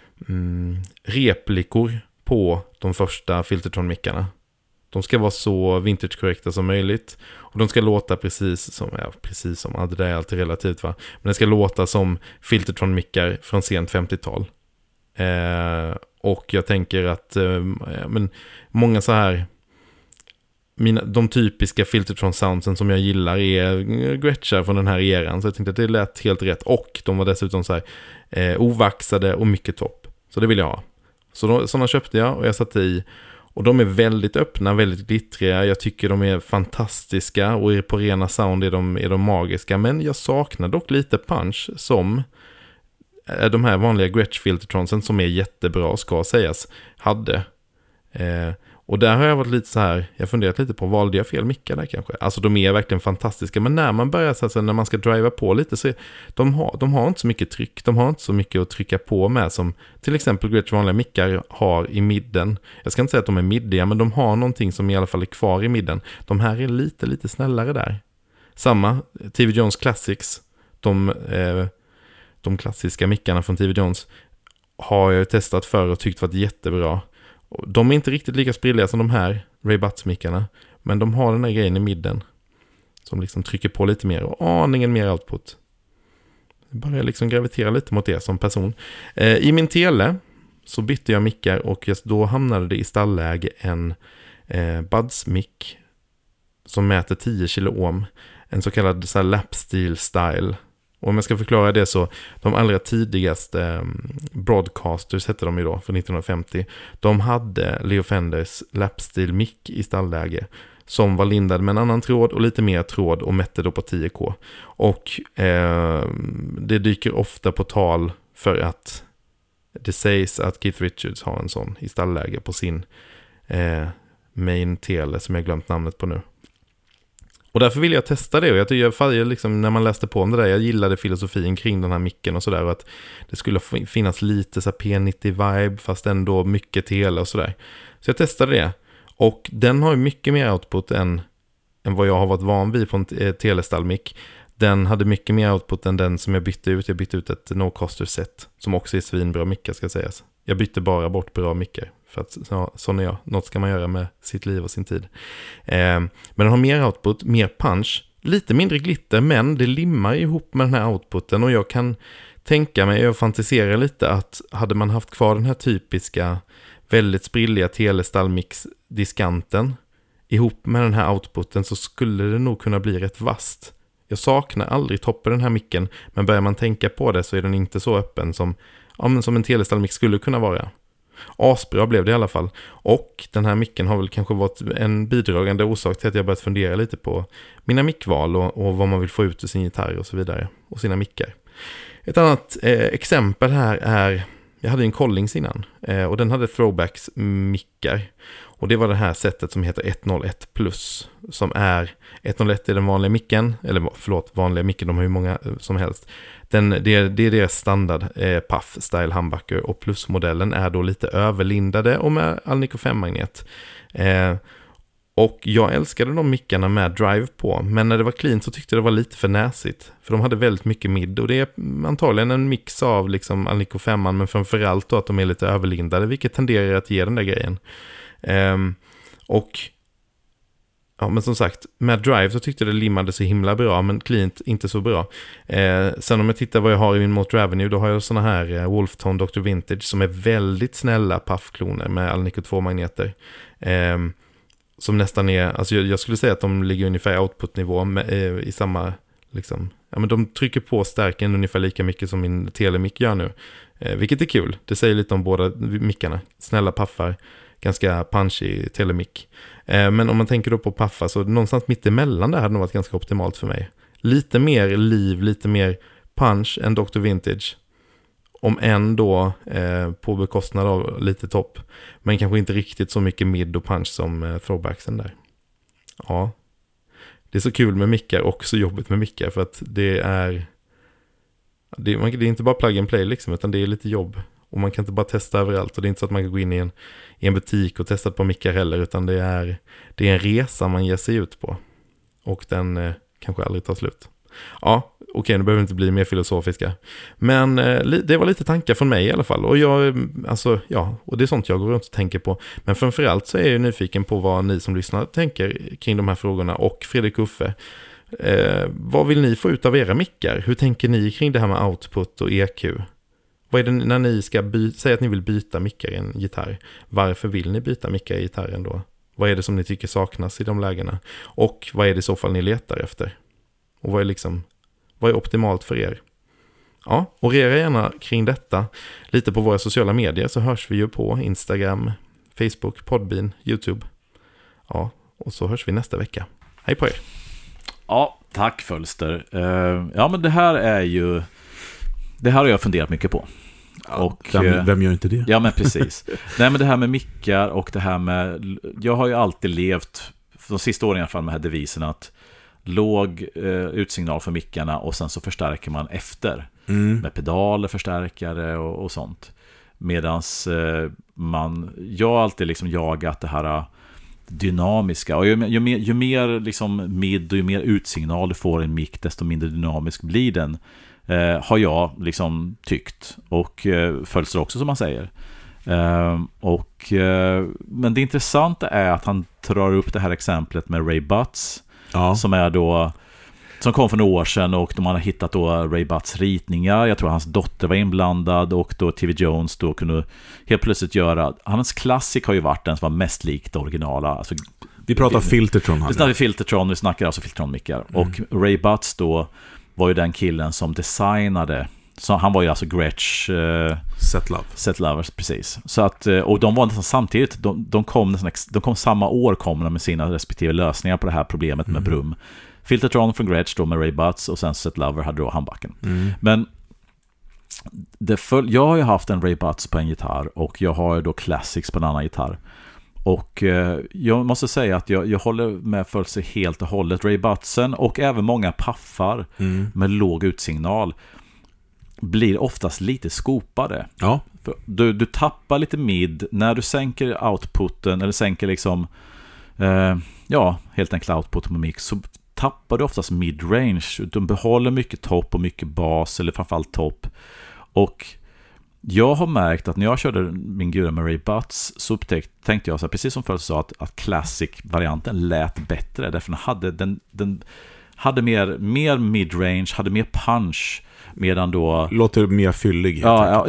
replikor på de första Filtertron-mickarna. De ska vara så vintage-korrekta som möjligt. Och de ska låta precis som, det där är alltid relativt va. Men det ska låta som Filtertron-mickar från sent 50-tal. Och jag tänker att men många så här, de typiska Filtertron-soundsen som jag gillar är Gretschar från den här eran. Så jag tänkte att det lät helt rätt. Och de var dessutom så här ovaxade och mycket topp. Så det vill jag ha. Så sådana köpte jag och jag satte i. Och de är väldigt öppna, väldigt glittriga. Jag tycker de är fantastiska och på rena sound är de magiska. Men jag saknar dock lite punch som de här vanliga Gretsch Filtertronsen som är jättebra ska sägas hade. Och där har jag varit lite så här, jag funderat lite på, valde jag fel mickar där kanske? Alltså de är verkligen fantastiska, men när man börjar så här, när man ska driva på lite så de har inte så mycket tryck, de har inte så mycket att trycka på med som till exempel Gretsch vanliga mickar har i midden. Jag ska inte säga att de är middiga, men de har någonting som i alla fall är kvar i midden. De här är lite snällare där. Samma, TV Jones Classics, de klassiska mickarna från TV Jones har jag testat för och tyckt varit jättebra. De är inte riktigt lika sprilliga som de här Ray Butts-mickarna, men de har den här grejen i midden som liksom trycker på lite mer och aningen mer output. Jag börjar liksom gravitera lite mot det som person. I min tele så bytte jag mickar och då hamnade det i stallläge en Buds-mick som mäter 10 kilo ohm. En så kallad så här lapsteel style. Och om jag ska förklara det så, de allra tidigaste broadcasters hette de ju då, från 1950. De hade Leo Fenders lapsteel mick i stallläge som var lindad med en annan tråd och lite mer tråd och mätte då på 10K. Och det dyker ofta på tal för att det sägs att Keith Richards har en sån i stallläge på sin main tele som jag glömt namnet på nu. Och därför vill jag testa det, och jag tycker liksom, när man läste på om det där, jag gillade filosofin kring den här micken och sådär, och att det skulle finnas lite så P90-vibe fast ändå mycket tele och sådär. Så jag testade det, och den har ju mycket mer output än vad jag har varit van vid på en telestallmick. Den hade mycket mer output än den som jag bytte ut. Jag bytte ut ett no-coster-set som också är svinbra mickar ska sägas. Jag bytte bara bort bra mickar. För att sån är jag. Något ska man göra med sitt liv och sin tid. Men den har mer output, mer punch. Lite mindre glitter, men det limmar ihop med den här outputen. Och jag kan tänka mig och fantisera lite att hade man haft kvar den här typiska väldigt sprilliga telestallmix-diskanten ihop med den här outputen, så skulle det nog kunna bli rätt vast. Jag saknar aldrig toppen den här micken, men börjar man tänka på det så är den inte så öppen som en telestallmix skulle kunna vara. Asbra blev det i alla fall. Och den här micken har väl kanske varit en bidragande orsak till att jag börjat fundera lite på mina mickval och vad man vill få ut ur sin gitarr och så vidare. Och sina mickar. Ett annat exempel här är, jag hade en Collings innan och den hade throwbacks mickar. Och det var det här sättet som heter 101 Plus, som är 101 är den vanliga micken, eller förlåt, vanliga micken, de har ju många som helst. Det är deras standard Puff Style humbucker, och Plus-modellen är då lite överlindade och med Alnico 5-magnet. Och jag älskade de mickarna med drive på, men när det var clean så tyckte jag det var lite för näsigt. För de hade väldigt mycket mid, och det är antagligen en mix av liksom Alnico 5, men framförallt då att de är lite överlindade, vilket tenderar att ge den där grejen. Och ja, men som sagt, med drive så tyckte jag det limmade så himla bra, men cleant inte så bra. Sen om jag tittar vad jag har i min Motor Avenue, då har jag såna här Wolftone Dr. Vintage som är väldigt snälla puffkloner med Alnico 2-magneter. Som nästan är, alltså jag skulle säga att de ligger ungefär output-nivå i samma, liksom, ja men de trycker på stärken ungefär lika mycket som min telemick gör nu. Vilket är kul, det säger lite om båda mickarna. Snälla puffar, ganska punchy telemick. Men om man tänker då på Paffa, så någonstans mitt emellan där hade nog varit ganska optimalt för mig. Lite mer liv, lite mer punch än Dr. Vintage. Om än då på bekostnad av lite topp. Men kanske inte riktigt så mycket mid och punch som throwbacksen där. Ja. Det är så kul med mickar och så jobbigt med mickar. För att det är inte bara plug and play liksom, utan det är lite jobb. Och man kan inte bara testa överallt. Och det är inte så att man kan gå in i en butik och testa ett par mickar heller. Utan det är en resa man ger sig ut på. Och den kanske aldrig tar slut. Ja, okej, nu behöver vi inte bli mer filosofiska. Men det var lite tankar från mig i alla fall. Och och det är sånt jag går runt och tänker på. Men framförallt så är jag nyfiken på vad ni som lyssnar tänker kring de här frågorna. Och Fredrik Uffe, vad vill ni få ut av era mickar? Hur tänker ni kring det här med output och EQ? Vad är det när ni ska säga att ni vill byta mickar i en gitarr? Varför vill ni byta mickar i gitarren då? Vad är det som ni tycker saknas i de lägena? Och vad är det i så fall ni letar efter? Och vad är optimalt för er? Ja, och rera gärna kring detta lite på våra sociala medier, så hörs vi ju på Instagram, Facebook, Podbean, YouTube. Ja, och så hörs vi nästa vecka. Hej på er! Ja, tack Fölster. Ja, men det här har jag funderat mycket på. Och, vem gör inte det? Ja, men precis. Nej, men det här med mickar och det här med... Jag har ju alltid levt, de sista åren i alla fall, med här devisen att låg utsignal för mickarna och sen så förstärker man efter med pedaler, förstärkare och sånt. Medans jag har alltid liksom jagat det här dynamiska, och ju mer liksom mid och ju mer utsignal du får en mick, desto mindre dynamisk blir den, har jag liksom tyckt, och följs också som man säger. Men det intressanta är att han drar upp det här exemplet med Ray Butts, som kom för några år sedan, och de hade hittat då Ray Butts ritningar. Jag tror hans dotter var inblandad, och då TV Jones då kunde helt plötsligt göra... Hans klassik har ju varit den som var mest likt det originala. Alltså, vi pratar Filtertron. Vi snackar Filtertron, vi snackar alltså Filtertron-mickar. Och Ray Butts då var ju den killen som designade... Så han var ju alltså Gretsch... Set Lovers, precis. Så att, och de var nästan samtidigt, de kom samma år, kom de med sina respektive lösningar på det här problemet med Brum. Filtertron från Gretsch då med Ray Butts, och sen Set Lover hade då handbacken. Men jag har ju haft en Ray Butts på en gitarr, och jag har ju då Classics på en annan gitarr. Och jag måste säga att jag håller med Fölse helt och hållet. Ray Buttsen och även många paffar med låg utsignal blir oftast lite skopade. Ja. Du tappar lite mid när du sänker outputen, eller sänker liksom helt enkelt outputen på mix, så tappar du oftast mid-range. De behåller mycket topp och mycket bas, eller framförallt topp. Och jag har märkt att när jag körde min gura med Ray Butts, så tänkte jag så här, precis som förut sa, att Classic-varianten lät bättre, därför den hade mer mid-range, hade mer punch, medan då... Låter mer fyllig.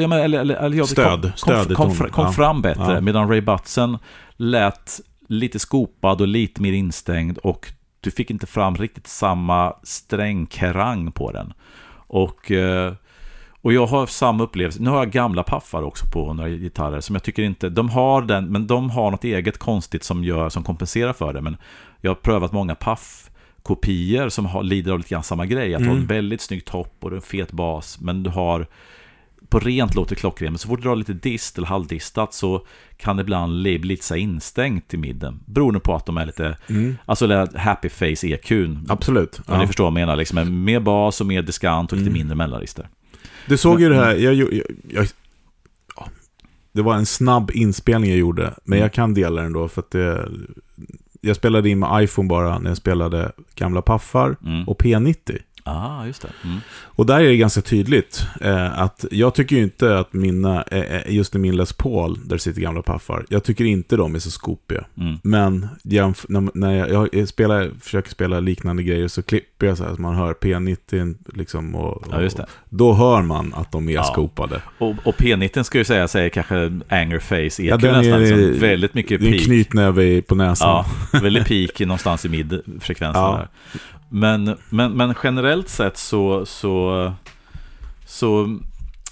Kom fram bättre, medan Ray Buttsen lät lite skopad och lite mer instängd, och du fick inte fram riktigt samma strängkerang på den. Och jag har samma upplevelse. Nu har jag gamla paffar också på några gitarrer som jag tycker inte, de har den, men de har något eget konstigt som kompenserar för det. Men jag har prövat många paff-kopior som lider av lite grann samma grej. Att du har en väldigt snygg topp och en fet bas, men du har på rent låter klockren, men så fort du drar lite dist eller halvdistat, så kan det ibland bli lite så instängt i midden, beroende på att de är lite alltså happy face EQ:n. Absolut. Ni förstår vad jag menar, liksom mer bas och mer diskant och lite mindre mellanregister. Du såg ju det här, det var en snabb inspelning jag gjorde, men jag kan dela den då, för att jag spelade in med iPhone bara när jag spelade gamla paffar och P90. Just det. Och där är det ganska tydligt att jag tycker ju inte att just i min Les Paul, där sitter gamla paffar, jag tycker inte de är så skopiga. Men när jag försöker spela liknande grejer, så klipper jag så här, så man hör P90 liksom, och just det. Då hör man att de är skopade. Och P90 ska ju säga kanske anger face, nästan liksom väldigt mycket peak. Det är en knytnäve på näsan. Ja, väldigt peak någonstans i midfrekvensen där. Men generellt sett så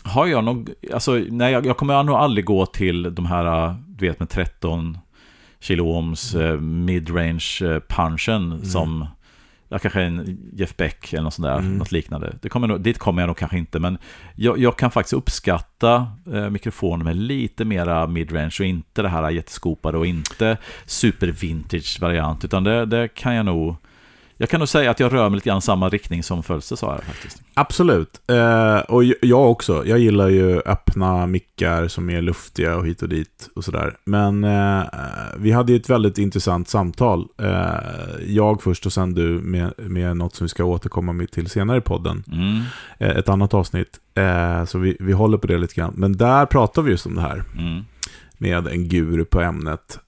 har jag nog, alltså, nej, jag kommer nog aldrig gå till de här, du vet, med 13 kiloohms midrange punchen som kanske en Jeff Beck eller något sånt där, något liknande. Dit kommer jag nog kanske inte, men jag kan faktiskt uppskatta mikrofoner med lite mera midrange och inte det här jätteskopade och inte super vintage variant, utan det kan jag kan nog säga att jag rör mig lite grann samma riktning som Fölse sa här faktiskt. Absolut. Och jag också. Jag gillar ju öppna mickar som är luftiga och hit och dit och sådär. Men vi hade ju ett väldigt intressant samtal. Jag först och sen du med något som vi ska återkomma med till senare i podden. Ett annat avsnitt. Så vi håller på det lite grann. Men där pratar vi just om det här. Med en guru på ämnet.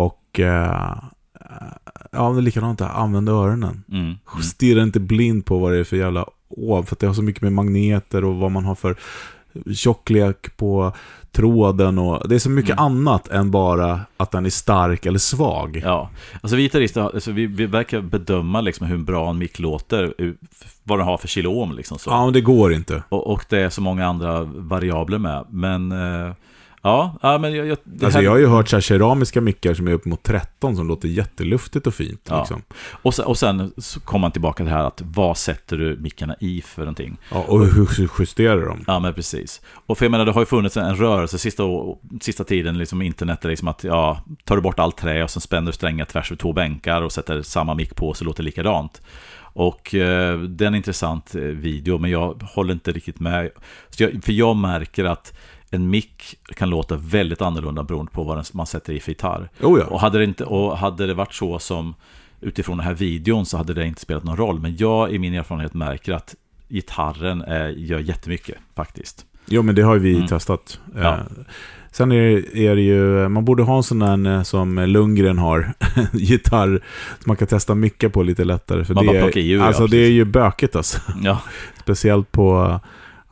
Ja, det är likadant att använda öronen. Stirra inte blind på vad det är för jävla för att det har så mycket med magneter och vad man har för tjocklek på tråden och det är så mycket annat än bara att den är stark eller svag. Ja, alltså vi gitarrister, alltså vi verkar bedöma liksom hur bra en mick låter, vad den har för kiloohm liksom så. Ja, men det går inte. Och det är så många andra variabler med, men ja, men jag har ju hört så här keramiska mickar som är upp mot 13 som låter jätteluftigt och fint. Ja. Liksom. Och sen så kommer man tillbaka till det här att vad sätter du mickarna i för någonting? Ja, och hur justerar de? Ja, men precis. Och för jag menar, det har ju funnits en rörelse sista tiden, liksom internet, liksom att tar du bort allt trä och sen spänner du strängar tvärs över 2 bänkar och sätter samma mick på så låter det likadant. Och det är en intressant video, men jag håller inte riktigt med. För jag märker att en mick kan låta väldigt annorlunda beroende på vad man sätter i för gitarr. Oh ja. Och hade det varit så som utifrån den här videon så hade det inte spelat någon roll. Men jag i min erfarenhet märker att gitarren gör jättemycket faktiskt. Jo, men det har ju vi testat. Ja. Sen är det ju, man borde ha en sån där som Lundgren har, gitarr som man kan testa mycket på lite lättare. För det är ju böket alltså. Ja. Speciellt på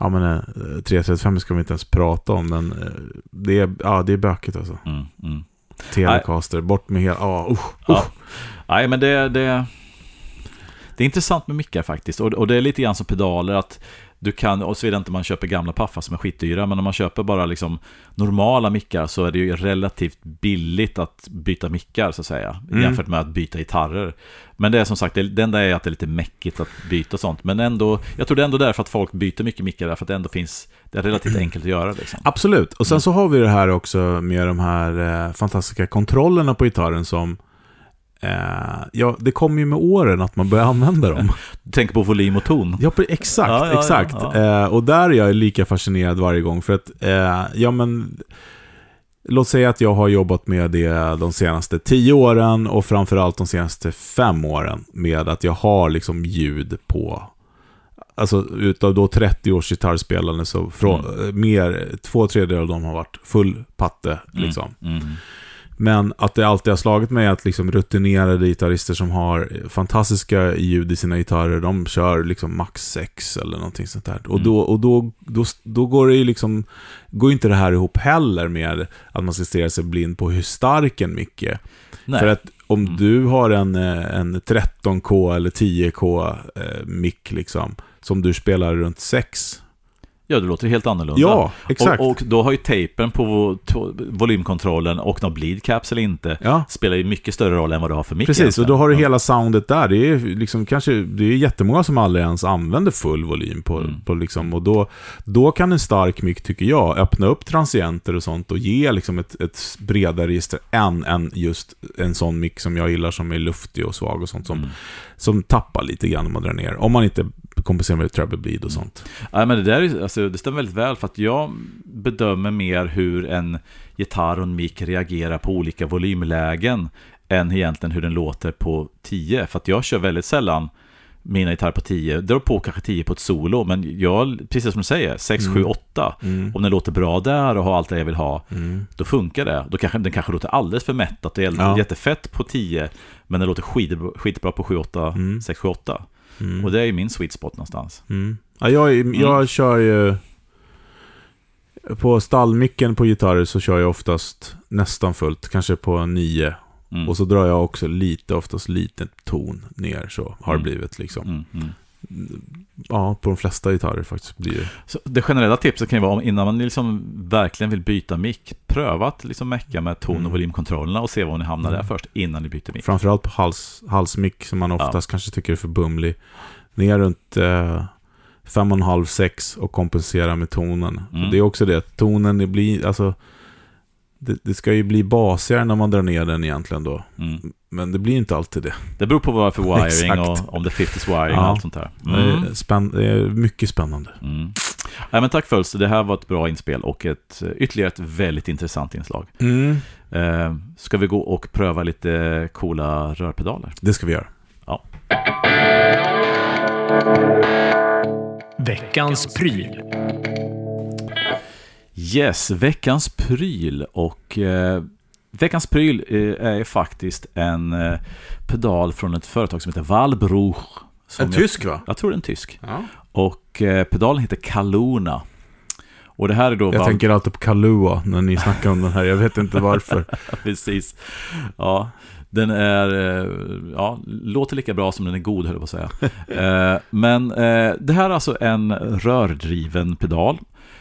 335 ska vi inte ens prata om, men det är böket alltså. Telecaster, bort med hela Nej, men det är intressant med mickar faktiskt, och det är lite grann som pedaler, att du kan, och så vidare inte man köper gamla paffar som är skitdyra, men om man köper bara liksom normala mickar så är det ju relativt billigt att byta mickar så att säga, jämfört med att byta gitarrer. Men det är som sagt, det enda är att det är lite mäckigt att byta sånt, men ändå, jag tror det är ändå därför att folk byter mycket mickar, därför att det ändå finns, det är relativt enkelt att göra liksom. Absolut, och sen så har vi det här också med de här fantastiska kontrollerna på gitarren som det kommer ju med åren att man börjar använda dem. Du tänker på volym och ton. Ja, exakt. Och där är jag lika fascinerad varje gång för att låt säga att jag har jobbat med det de senaste 10 åren och framförallt de senaste 5 åren med att jag har liksom ljud på, alltså utav då 30 års gitarrspelande så mer 2/3 av dem har varit full patte liksom. Men att det alltid har slagit mig att liksom rutinerade gitarrister som har fantastiska ljud i sina gitarrer, de kör liksom max 6 eller någonting sånt där. Och då går det ju liksom, går inte det här ihop heller med att man ska stirra sig blind på hur stark en mick är. För att om du har en 13K eller 10K mick liksom, som du spelar runt 6. Ja, det låter helt annorlunda. Ja, exakt. Och då har ju tejpen på volymkontrollen och någon bleed caps eller inte spelar ju mycket större roll än vad du har för micken. Precis, och då har du hela soundet där. Det är liksom det är jättemånga som aldrig ens använder full volym på liksom, och då kan en stark mick, tycker jag, öppna upp transienter och sånt och ge liksom ett bredare register än just en sån mick som jag gillar, som är luftig och svag och sånt som tappar lite grann om man drar ner. Om man inte kompenserar med treble bleed och sånt. Ja, men det där alltså, det stämmer väldigt väl, för att jag bedömer mer hur en gitarr och en mick reagerar på olika volymlägen än egentligen hur den låter på 10. För att jag kör väldigt sällan mina gitarrer på 10. Det är på kanske 10 på ett solo, men jag, precis som du säger, 6, 7, 8. Om den låter bra där och har allt det jag vill ha, då funkar det. Då den kanske låter alldeles för mättat. Det är jättefett på 10, men den låter skitbra på 7, 8, 6, 7, 8. Och det är ju min sweet spot någonstans. Ja, jag kör ju på stallmicken på gitarrer, så kör jag oftast nästan fullt, kanske på 9. Och så drar jag också oftast lite ton ner, så har det blivit liksom. ja, på de flesta gitarrer faktiskt blir det. Så det generella tipset kan ju vara om innan man liksom verkligen vill byta mick, pröva att liksom mecka med ton- och volymkontrollerna och se var ni hamnar där först innan ni byter mick. Framförallt på halsmick som man oftast kanske tycker är för bumlig. Ner runt 5,5-6 och kompensera med tonen. Det är också det, tonen det blir, alltså det ska ju bli basigare när man drar ner den egentligen då. Men det blir inte alltid det. Det beror på vad för wiring och om det 50s wiring och allt sånt där. Det är mycket spännande. Ja, men tack Fölst, det här var ett bra inspel och ytterligare ett väldigt intressant inslag. Ska vi gå och pröva lite coola rörpedaler? Det ska vi göra. Ja. Veckans pryl. Yes, veckans pryl. Och veckans pryl är faktiskt en pedal från ett företag som heter Wallbruch. En tysk va? Jag tror det är en tysk. Ja. Och pedalen heter Kaluna. Och det här är då... Jag tänker alltid på Kalua när ni snackar om den här. Jag vet inte varför. Precis. Ja, den är... Ja, låter lika bra som den är god, höll jag på att säga. Men det här är alltså en rördriven pedal.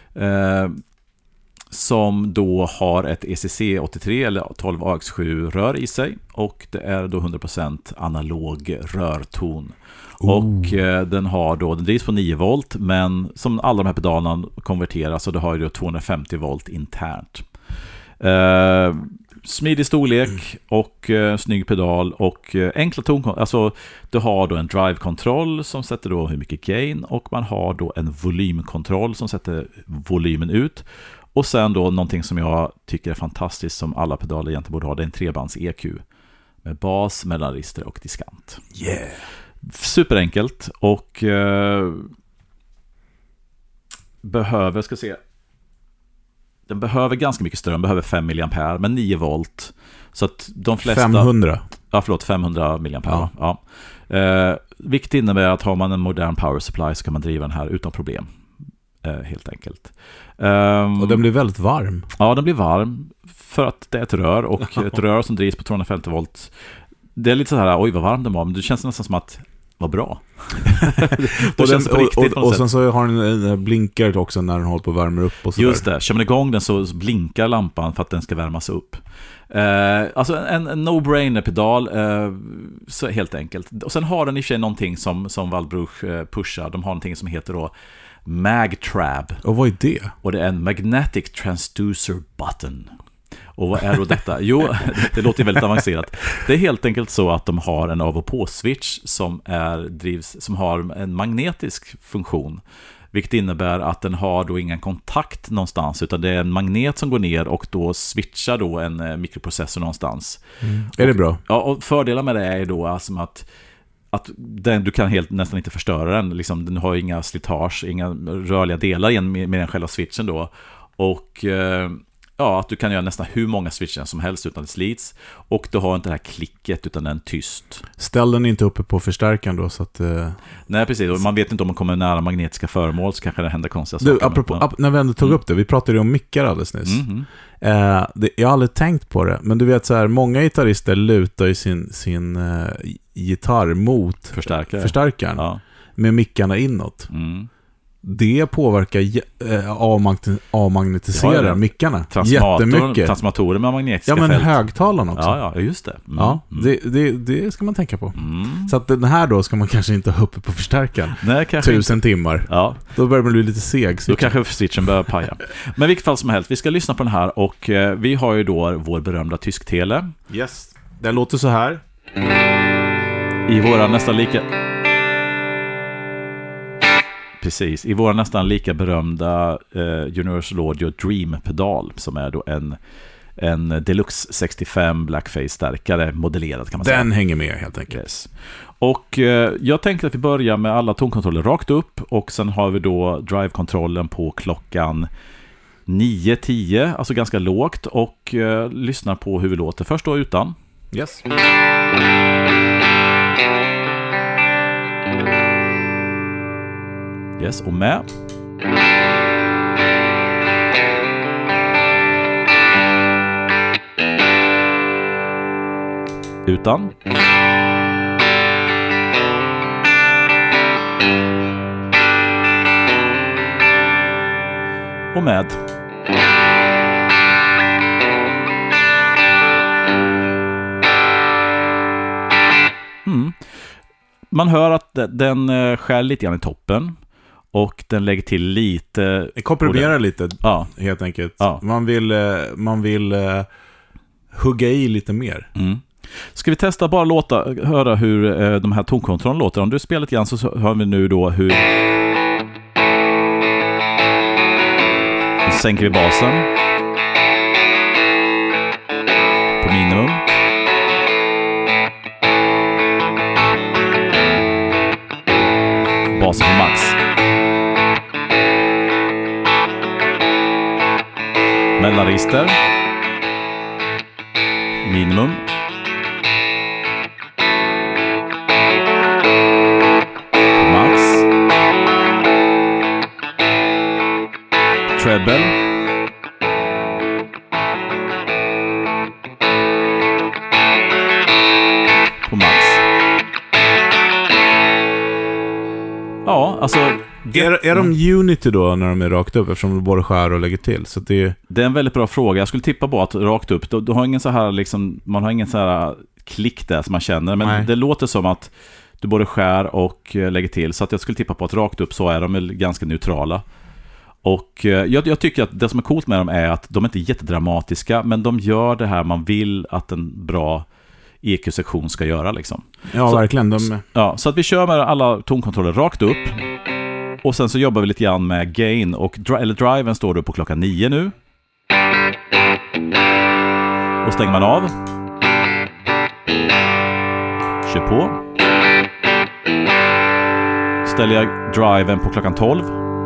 Som då har ett ECC 83 eller 12AX7 rör i sig. Och det är då 100% analog rörton. Och den drivs på 9 volt, men som alla de här pedalerna konverteras, så det har ju då 250 volt internt. Smidig storlek och snygg pedal och enkla ton. Alltså du har då en drive-kontroll som sätter då hur mycket gain, och man har då en volymkontroll som sätter volymen ut. Och sen då någonting som jag tycker är fantastiskt, som alla pedaler egentligen borde ha, det är en 3-bands EQ med bas, mellanregister och diskant. Yeah. Superenkelt och den behöver ganska mycket ström, behöver 5 mA men 9 volt. Så att de flesta 500. Ja, förlåt, 500 mA. Ja. Vilket innebär att har man en modern power supply så kan man driva den här utan problem. Helt enkelt. Och den blir väldigt varm. Ja, den blir varm för att det är ett rör, och ett rör som drivs på 250 volt. Det är lite så här, oj vad varm den var, men det känns nästan som att vad bra. och sen så har den en blinkar också när den håller på att värma upp och så. Just det, kör man igång den så blinkar lampan för att den ska värmas upp. Alltså en no-brainer pedal, så helt enkelt. Och sen har den i sig någonting som Wallbruch pushar. De har någonting som heter då MagTrab. Och vad är det? Och det är en Magnetic Transducer Button. Och vad är då detta? Jo, det låter väldigt avancerat. Det är helt enkelt så att de har en av- och på-switch som har en magnetisk funktion. Vilket innebär att den har då ingen kontakt någonstans, utan det är en magnet som går ner och då switchar då en mikroprocessor någonstans. Är det bra? Ja, och fördelar med det är då alltså att du kan nästan inte förstöra den. Liksom, den har inga slitage, inga rörliga delar igen med den själva switchen då. Och att du kan göra nästan hur många switcher som helst utan det slits. Och du har inte det här klicket, utan den är tyst. Ställ den inte uppe på förstärkaren då, så att... Nej, precis. Och man vet inte om man kommer nära magnetiska föremål, så kanske det händer konstiga saker. Du, apropå, när vi ändå tog upp det, vi pratade ju om mickar alldeles nyss. Jag har aldrig tänkt på det, men du vet så här, många gitarrister lutar ju sin gitarr mot förstärkaren med mickarna inåt. Det påverkar avmagnetiserar mickarna jättemycket. Transformatorer med magnetiska fält. Ja, men högtalarna också. Ja, just det. Det ska man tänka på. Så att den här då ska man kanske inte ha uppe på förstärkaren. Nej, 1000 timmar. Ja. Då börjar man bli lite seg. Då kanske switchen börjar paja. Men i vilket fall som helst, vi ska lyssna på den här, och vi har ju då vår berömda tysktele. Yes. Den låter så här. I våra nästan lika berömda Universal Audio Dream-pedal, som är då en Deluxe 65 Blackface-stärkare modellerad, kan man säga. Den hänger med helt enkelt. Yes. Och jag tänkte att vi börjar med alla tonkontroller rakt upp, och sen har vi då drive-kontrollen på klockan 9-10, alltså ganska lågt, och lyssnar på hur vi låter. Först då utan. Yes. Yes, och med. Utan. Och med. Man hör att den skär lite grann i toppen. Och den lägger till lite... komprimerar lite, helt enkelt. Ja. Man vill hugga i lite mer. Ska vi testa bara höra hur de här tonkontrollerna låter? Om du spelar lite grann så hör vi nu då hur... Så sänker vi basen. På minimum. Basen på max. Mellanregister. Minimum. Max. Treble. På max. Ja, alltså... Är de Unity då när de är rakt upp, eftersom de både skär och lägger till? Så det är en väldigt bra fråga. Jag skulle tippa på att rakt upp. Du har ingen så här liksom, man har ingen så här klick där som man känner. Men det låter som att du både skär och lägger till. Så att jag skulle tippa på att rakt upp så är de ganska neutrala. Och jag tycker att det som är coolt med dem är att de är inte jättedramatiska, men de gör det här man vill att en bra EQ-sektion ska göra liksom. Ja, så, verkligen. Så att vi kör med alla tonkontroller rakt upp. Och sen så jobbar vi lite grann med gain. Och driven står då på klockan 9 nu. Och stänger man av. Kör på. Ställer jag driven på klockan 12.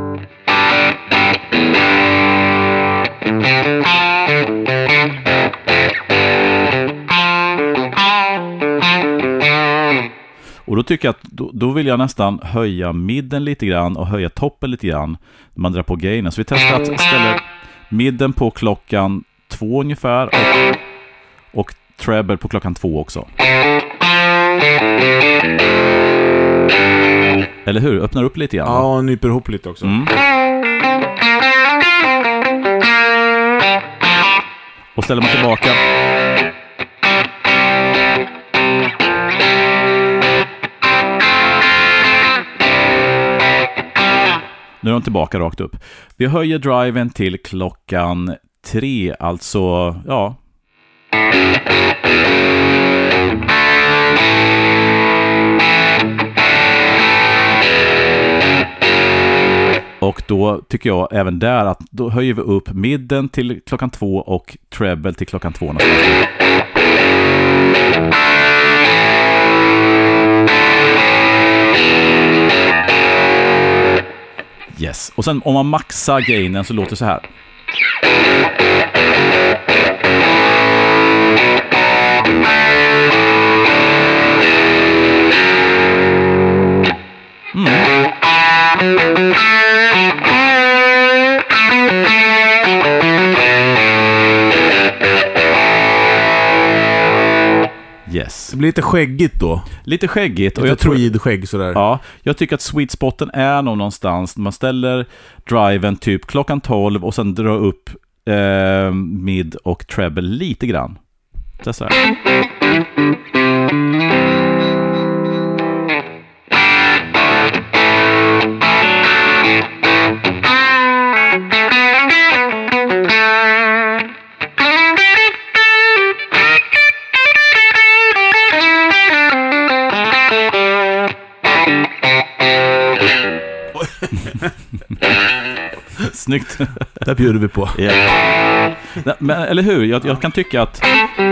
Och då tycker jag att då vill jag nästan höja midden lite grann och höja toppen lite grann när man drar på gainen. Så vi testar att ställa midden på klockan 2 ungefär och treble på klockan 2 också. Eller hur? Öppnar upp lite grann. Ja, nyper ihop lite också. Och ställer man tillbaka. Nu är de tillbaka rakt upp. Vi höjer driven till klockan 3, alltså, ja. Och då tycker jag även där att då höjer vi upp midden till klockan 2 och treble till klockan 2. Yes. Och sen om man maxar gainen så låter det så här. Yes. Det blir lite skäggigt då. Lite skäggigt. Och jag tror skägg sådär. Ja, jag tycker att sweet spoten är någonstans. Man ställer driven typ klockan 12 och sen drar upp mid och treble lite grann. Det är så här. Snyggt. Där bjuder vi på. Yeah. Men, eller hur? Jag kan tycka att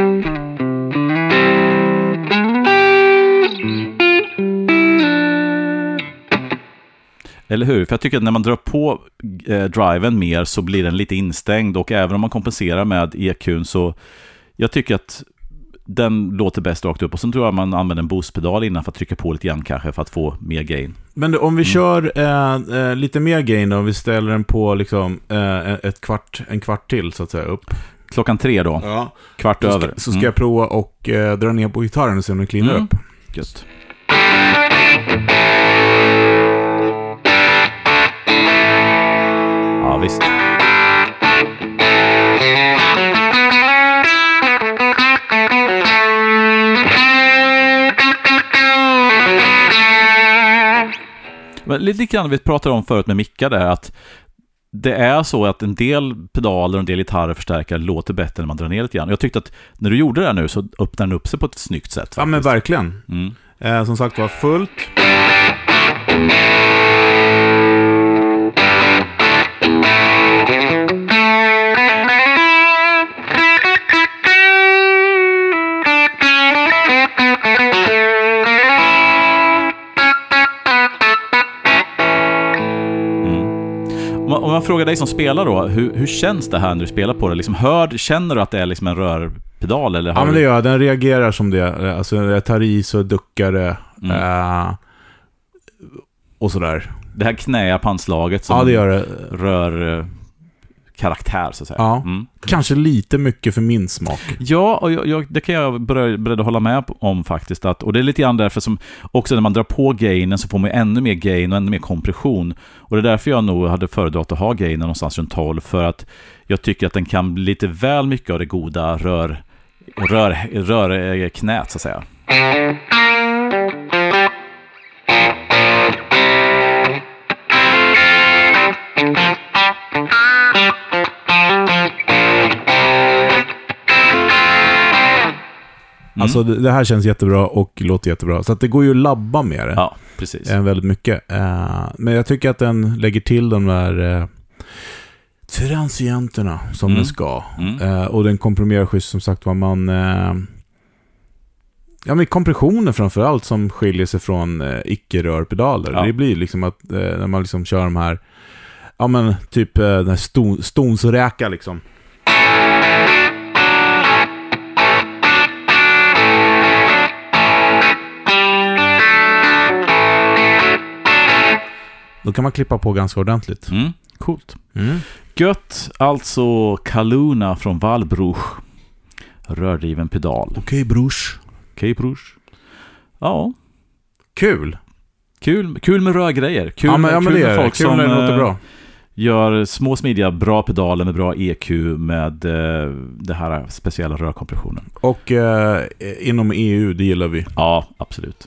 eller hur? För jag tycker att när man drar på driven mer så blir den lite instängd, och även om man kompenserar med EQn så jag tycker att den låter bäst rakt upp, och sen tror jag man använder en boostpedal innan för att trycka på lite grann kanske för att få mer gain. Men om vi kör lite mer gain och vi ställer den på liksom en kvart till så att säga upp. Klockan 3 då. Ja. Kvart över. Så ska jag prova och dra ner på gitarren och se om den cleanar upp. Just. visst. Men lite grann vi pratade om förut med Micka där, att det är så att en del pedaler och en del gitarrer förstärkare låter bättre när man drar ner lite grann. Jag tyckte att när du gjorde det här nu så öppnar den upp sig på ett snyggt sätt. Faktiskt. Ja, men verkligen. Som sagt var fullt. Om jag frågar dig som spelar då, hur känns det här när du spelar på det? Liksom känner du att det är liksom en rörpedal? Eller ja, men det gör. Den reagerar som det. Alltså jag tar i så duckar det. Och sådär. Det här knäa på anslaget som det gör det. Rör karaktär så att säga. Ja. Kanske lite mycket för min smak. Ja, och det kan jag beredd att hålla med om faktiskt. Och det är lite grann därför som också när man drar på gainen så får man ännu mer gain och ännu mer kompression. Och det är därför jag nog hade föredragit att ha gainen någonstans runt 12, för att jag tycker att den kan bli lite väl mycket av det goda rörknät så att säga. Alltså det här känns jättebra och låter jättebra. Så att det går ju att labba med det. Ja, precis. Väldigt mycket. Men jag tycker att den lägger till de där transienterna som den ska. Och den komprimerar schysst som sagt vad man... ja, men kompressionen framförallt som skiljer sig från icke-rörpedaler. Ja. Det blir liksom att när man liksom kör de här... Ja, men typ den här stonsräka liksom. Då kan man klippa på ganska ordentligt. Coolt. Gött, alltså Kaluna från Wallbruch. Rördriven pedal. Okej, Bruch. Ja. Kul med rörgrejer. Kul, ja, men kul det med folk som låter bra. Gör små smidiga, bra pedaler med bra EQ med det här speciella rörkompressionen. Och inom EU, det gillar vi. Ja, absolut.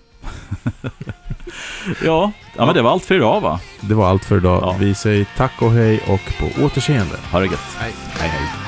ja, men det var allt för idag, va? Det var allt för idag. Ja. Vi säger tack och hej och på återseende. Ha det gött. Hej.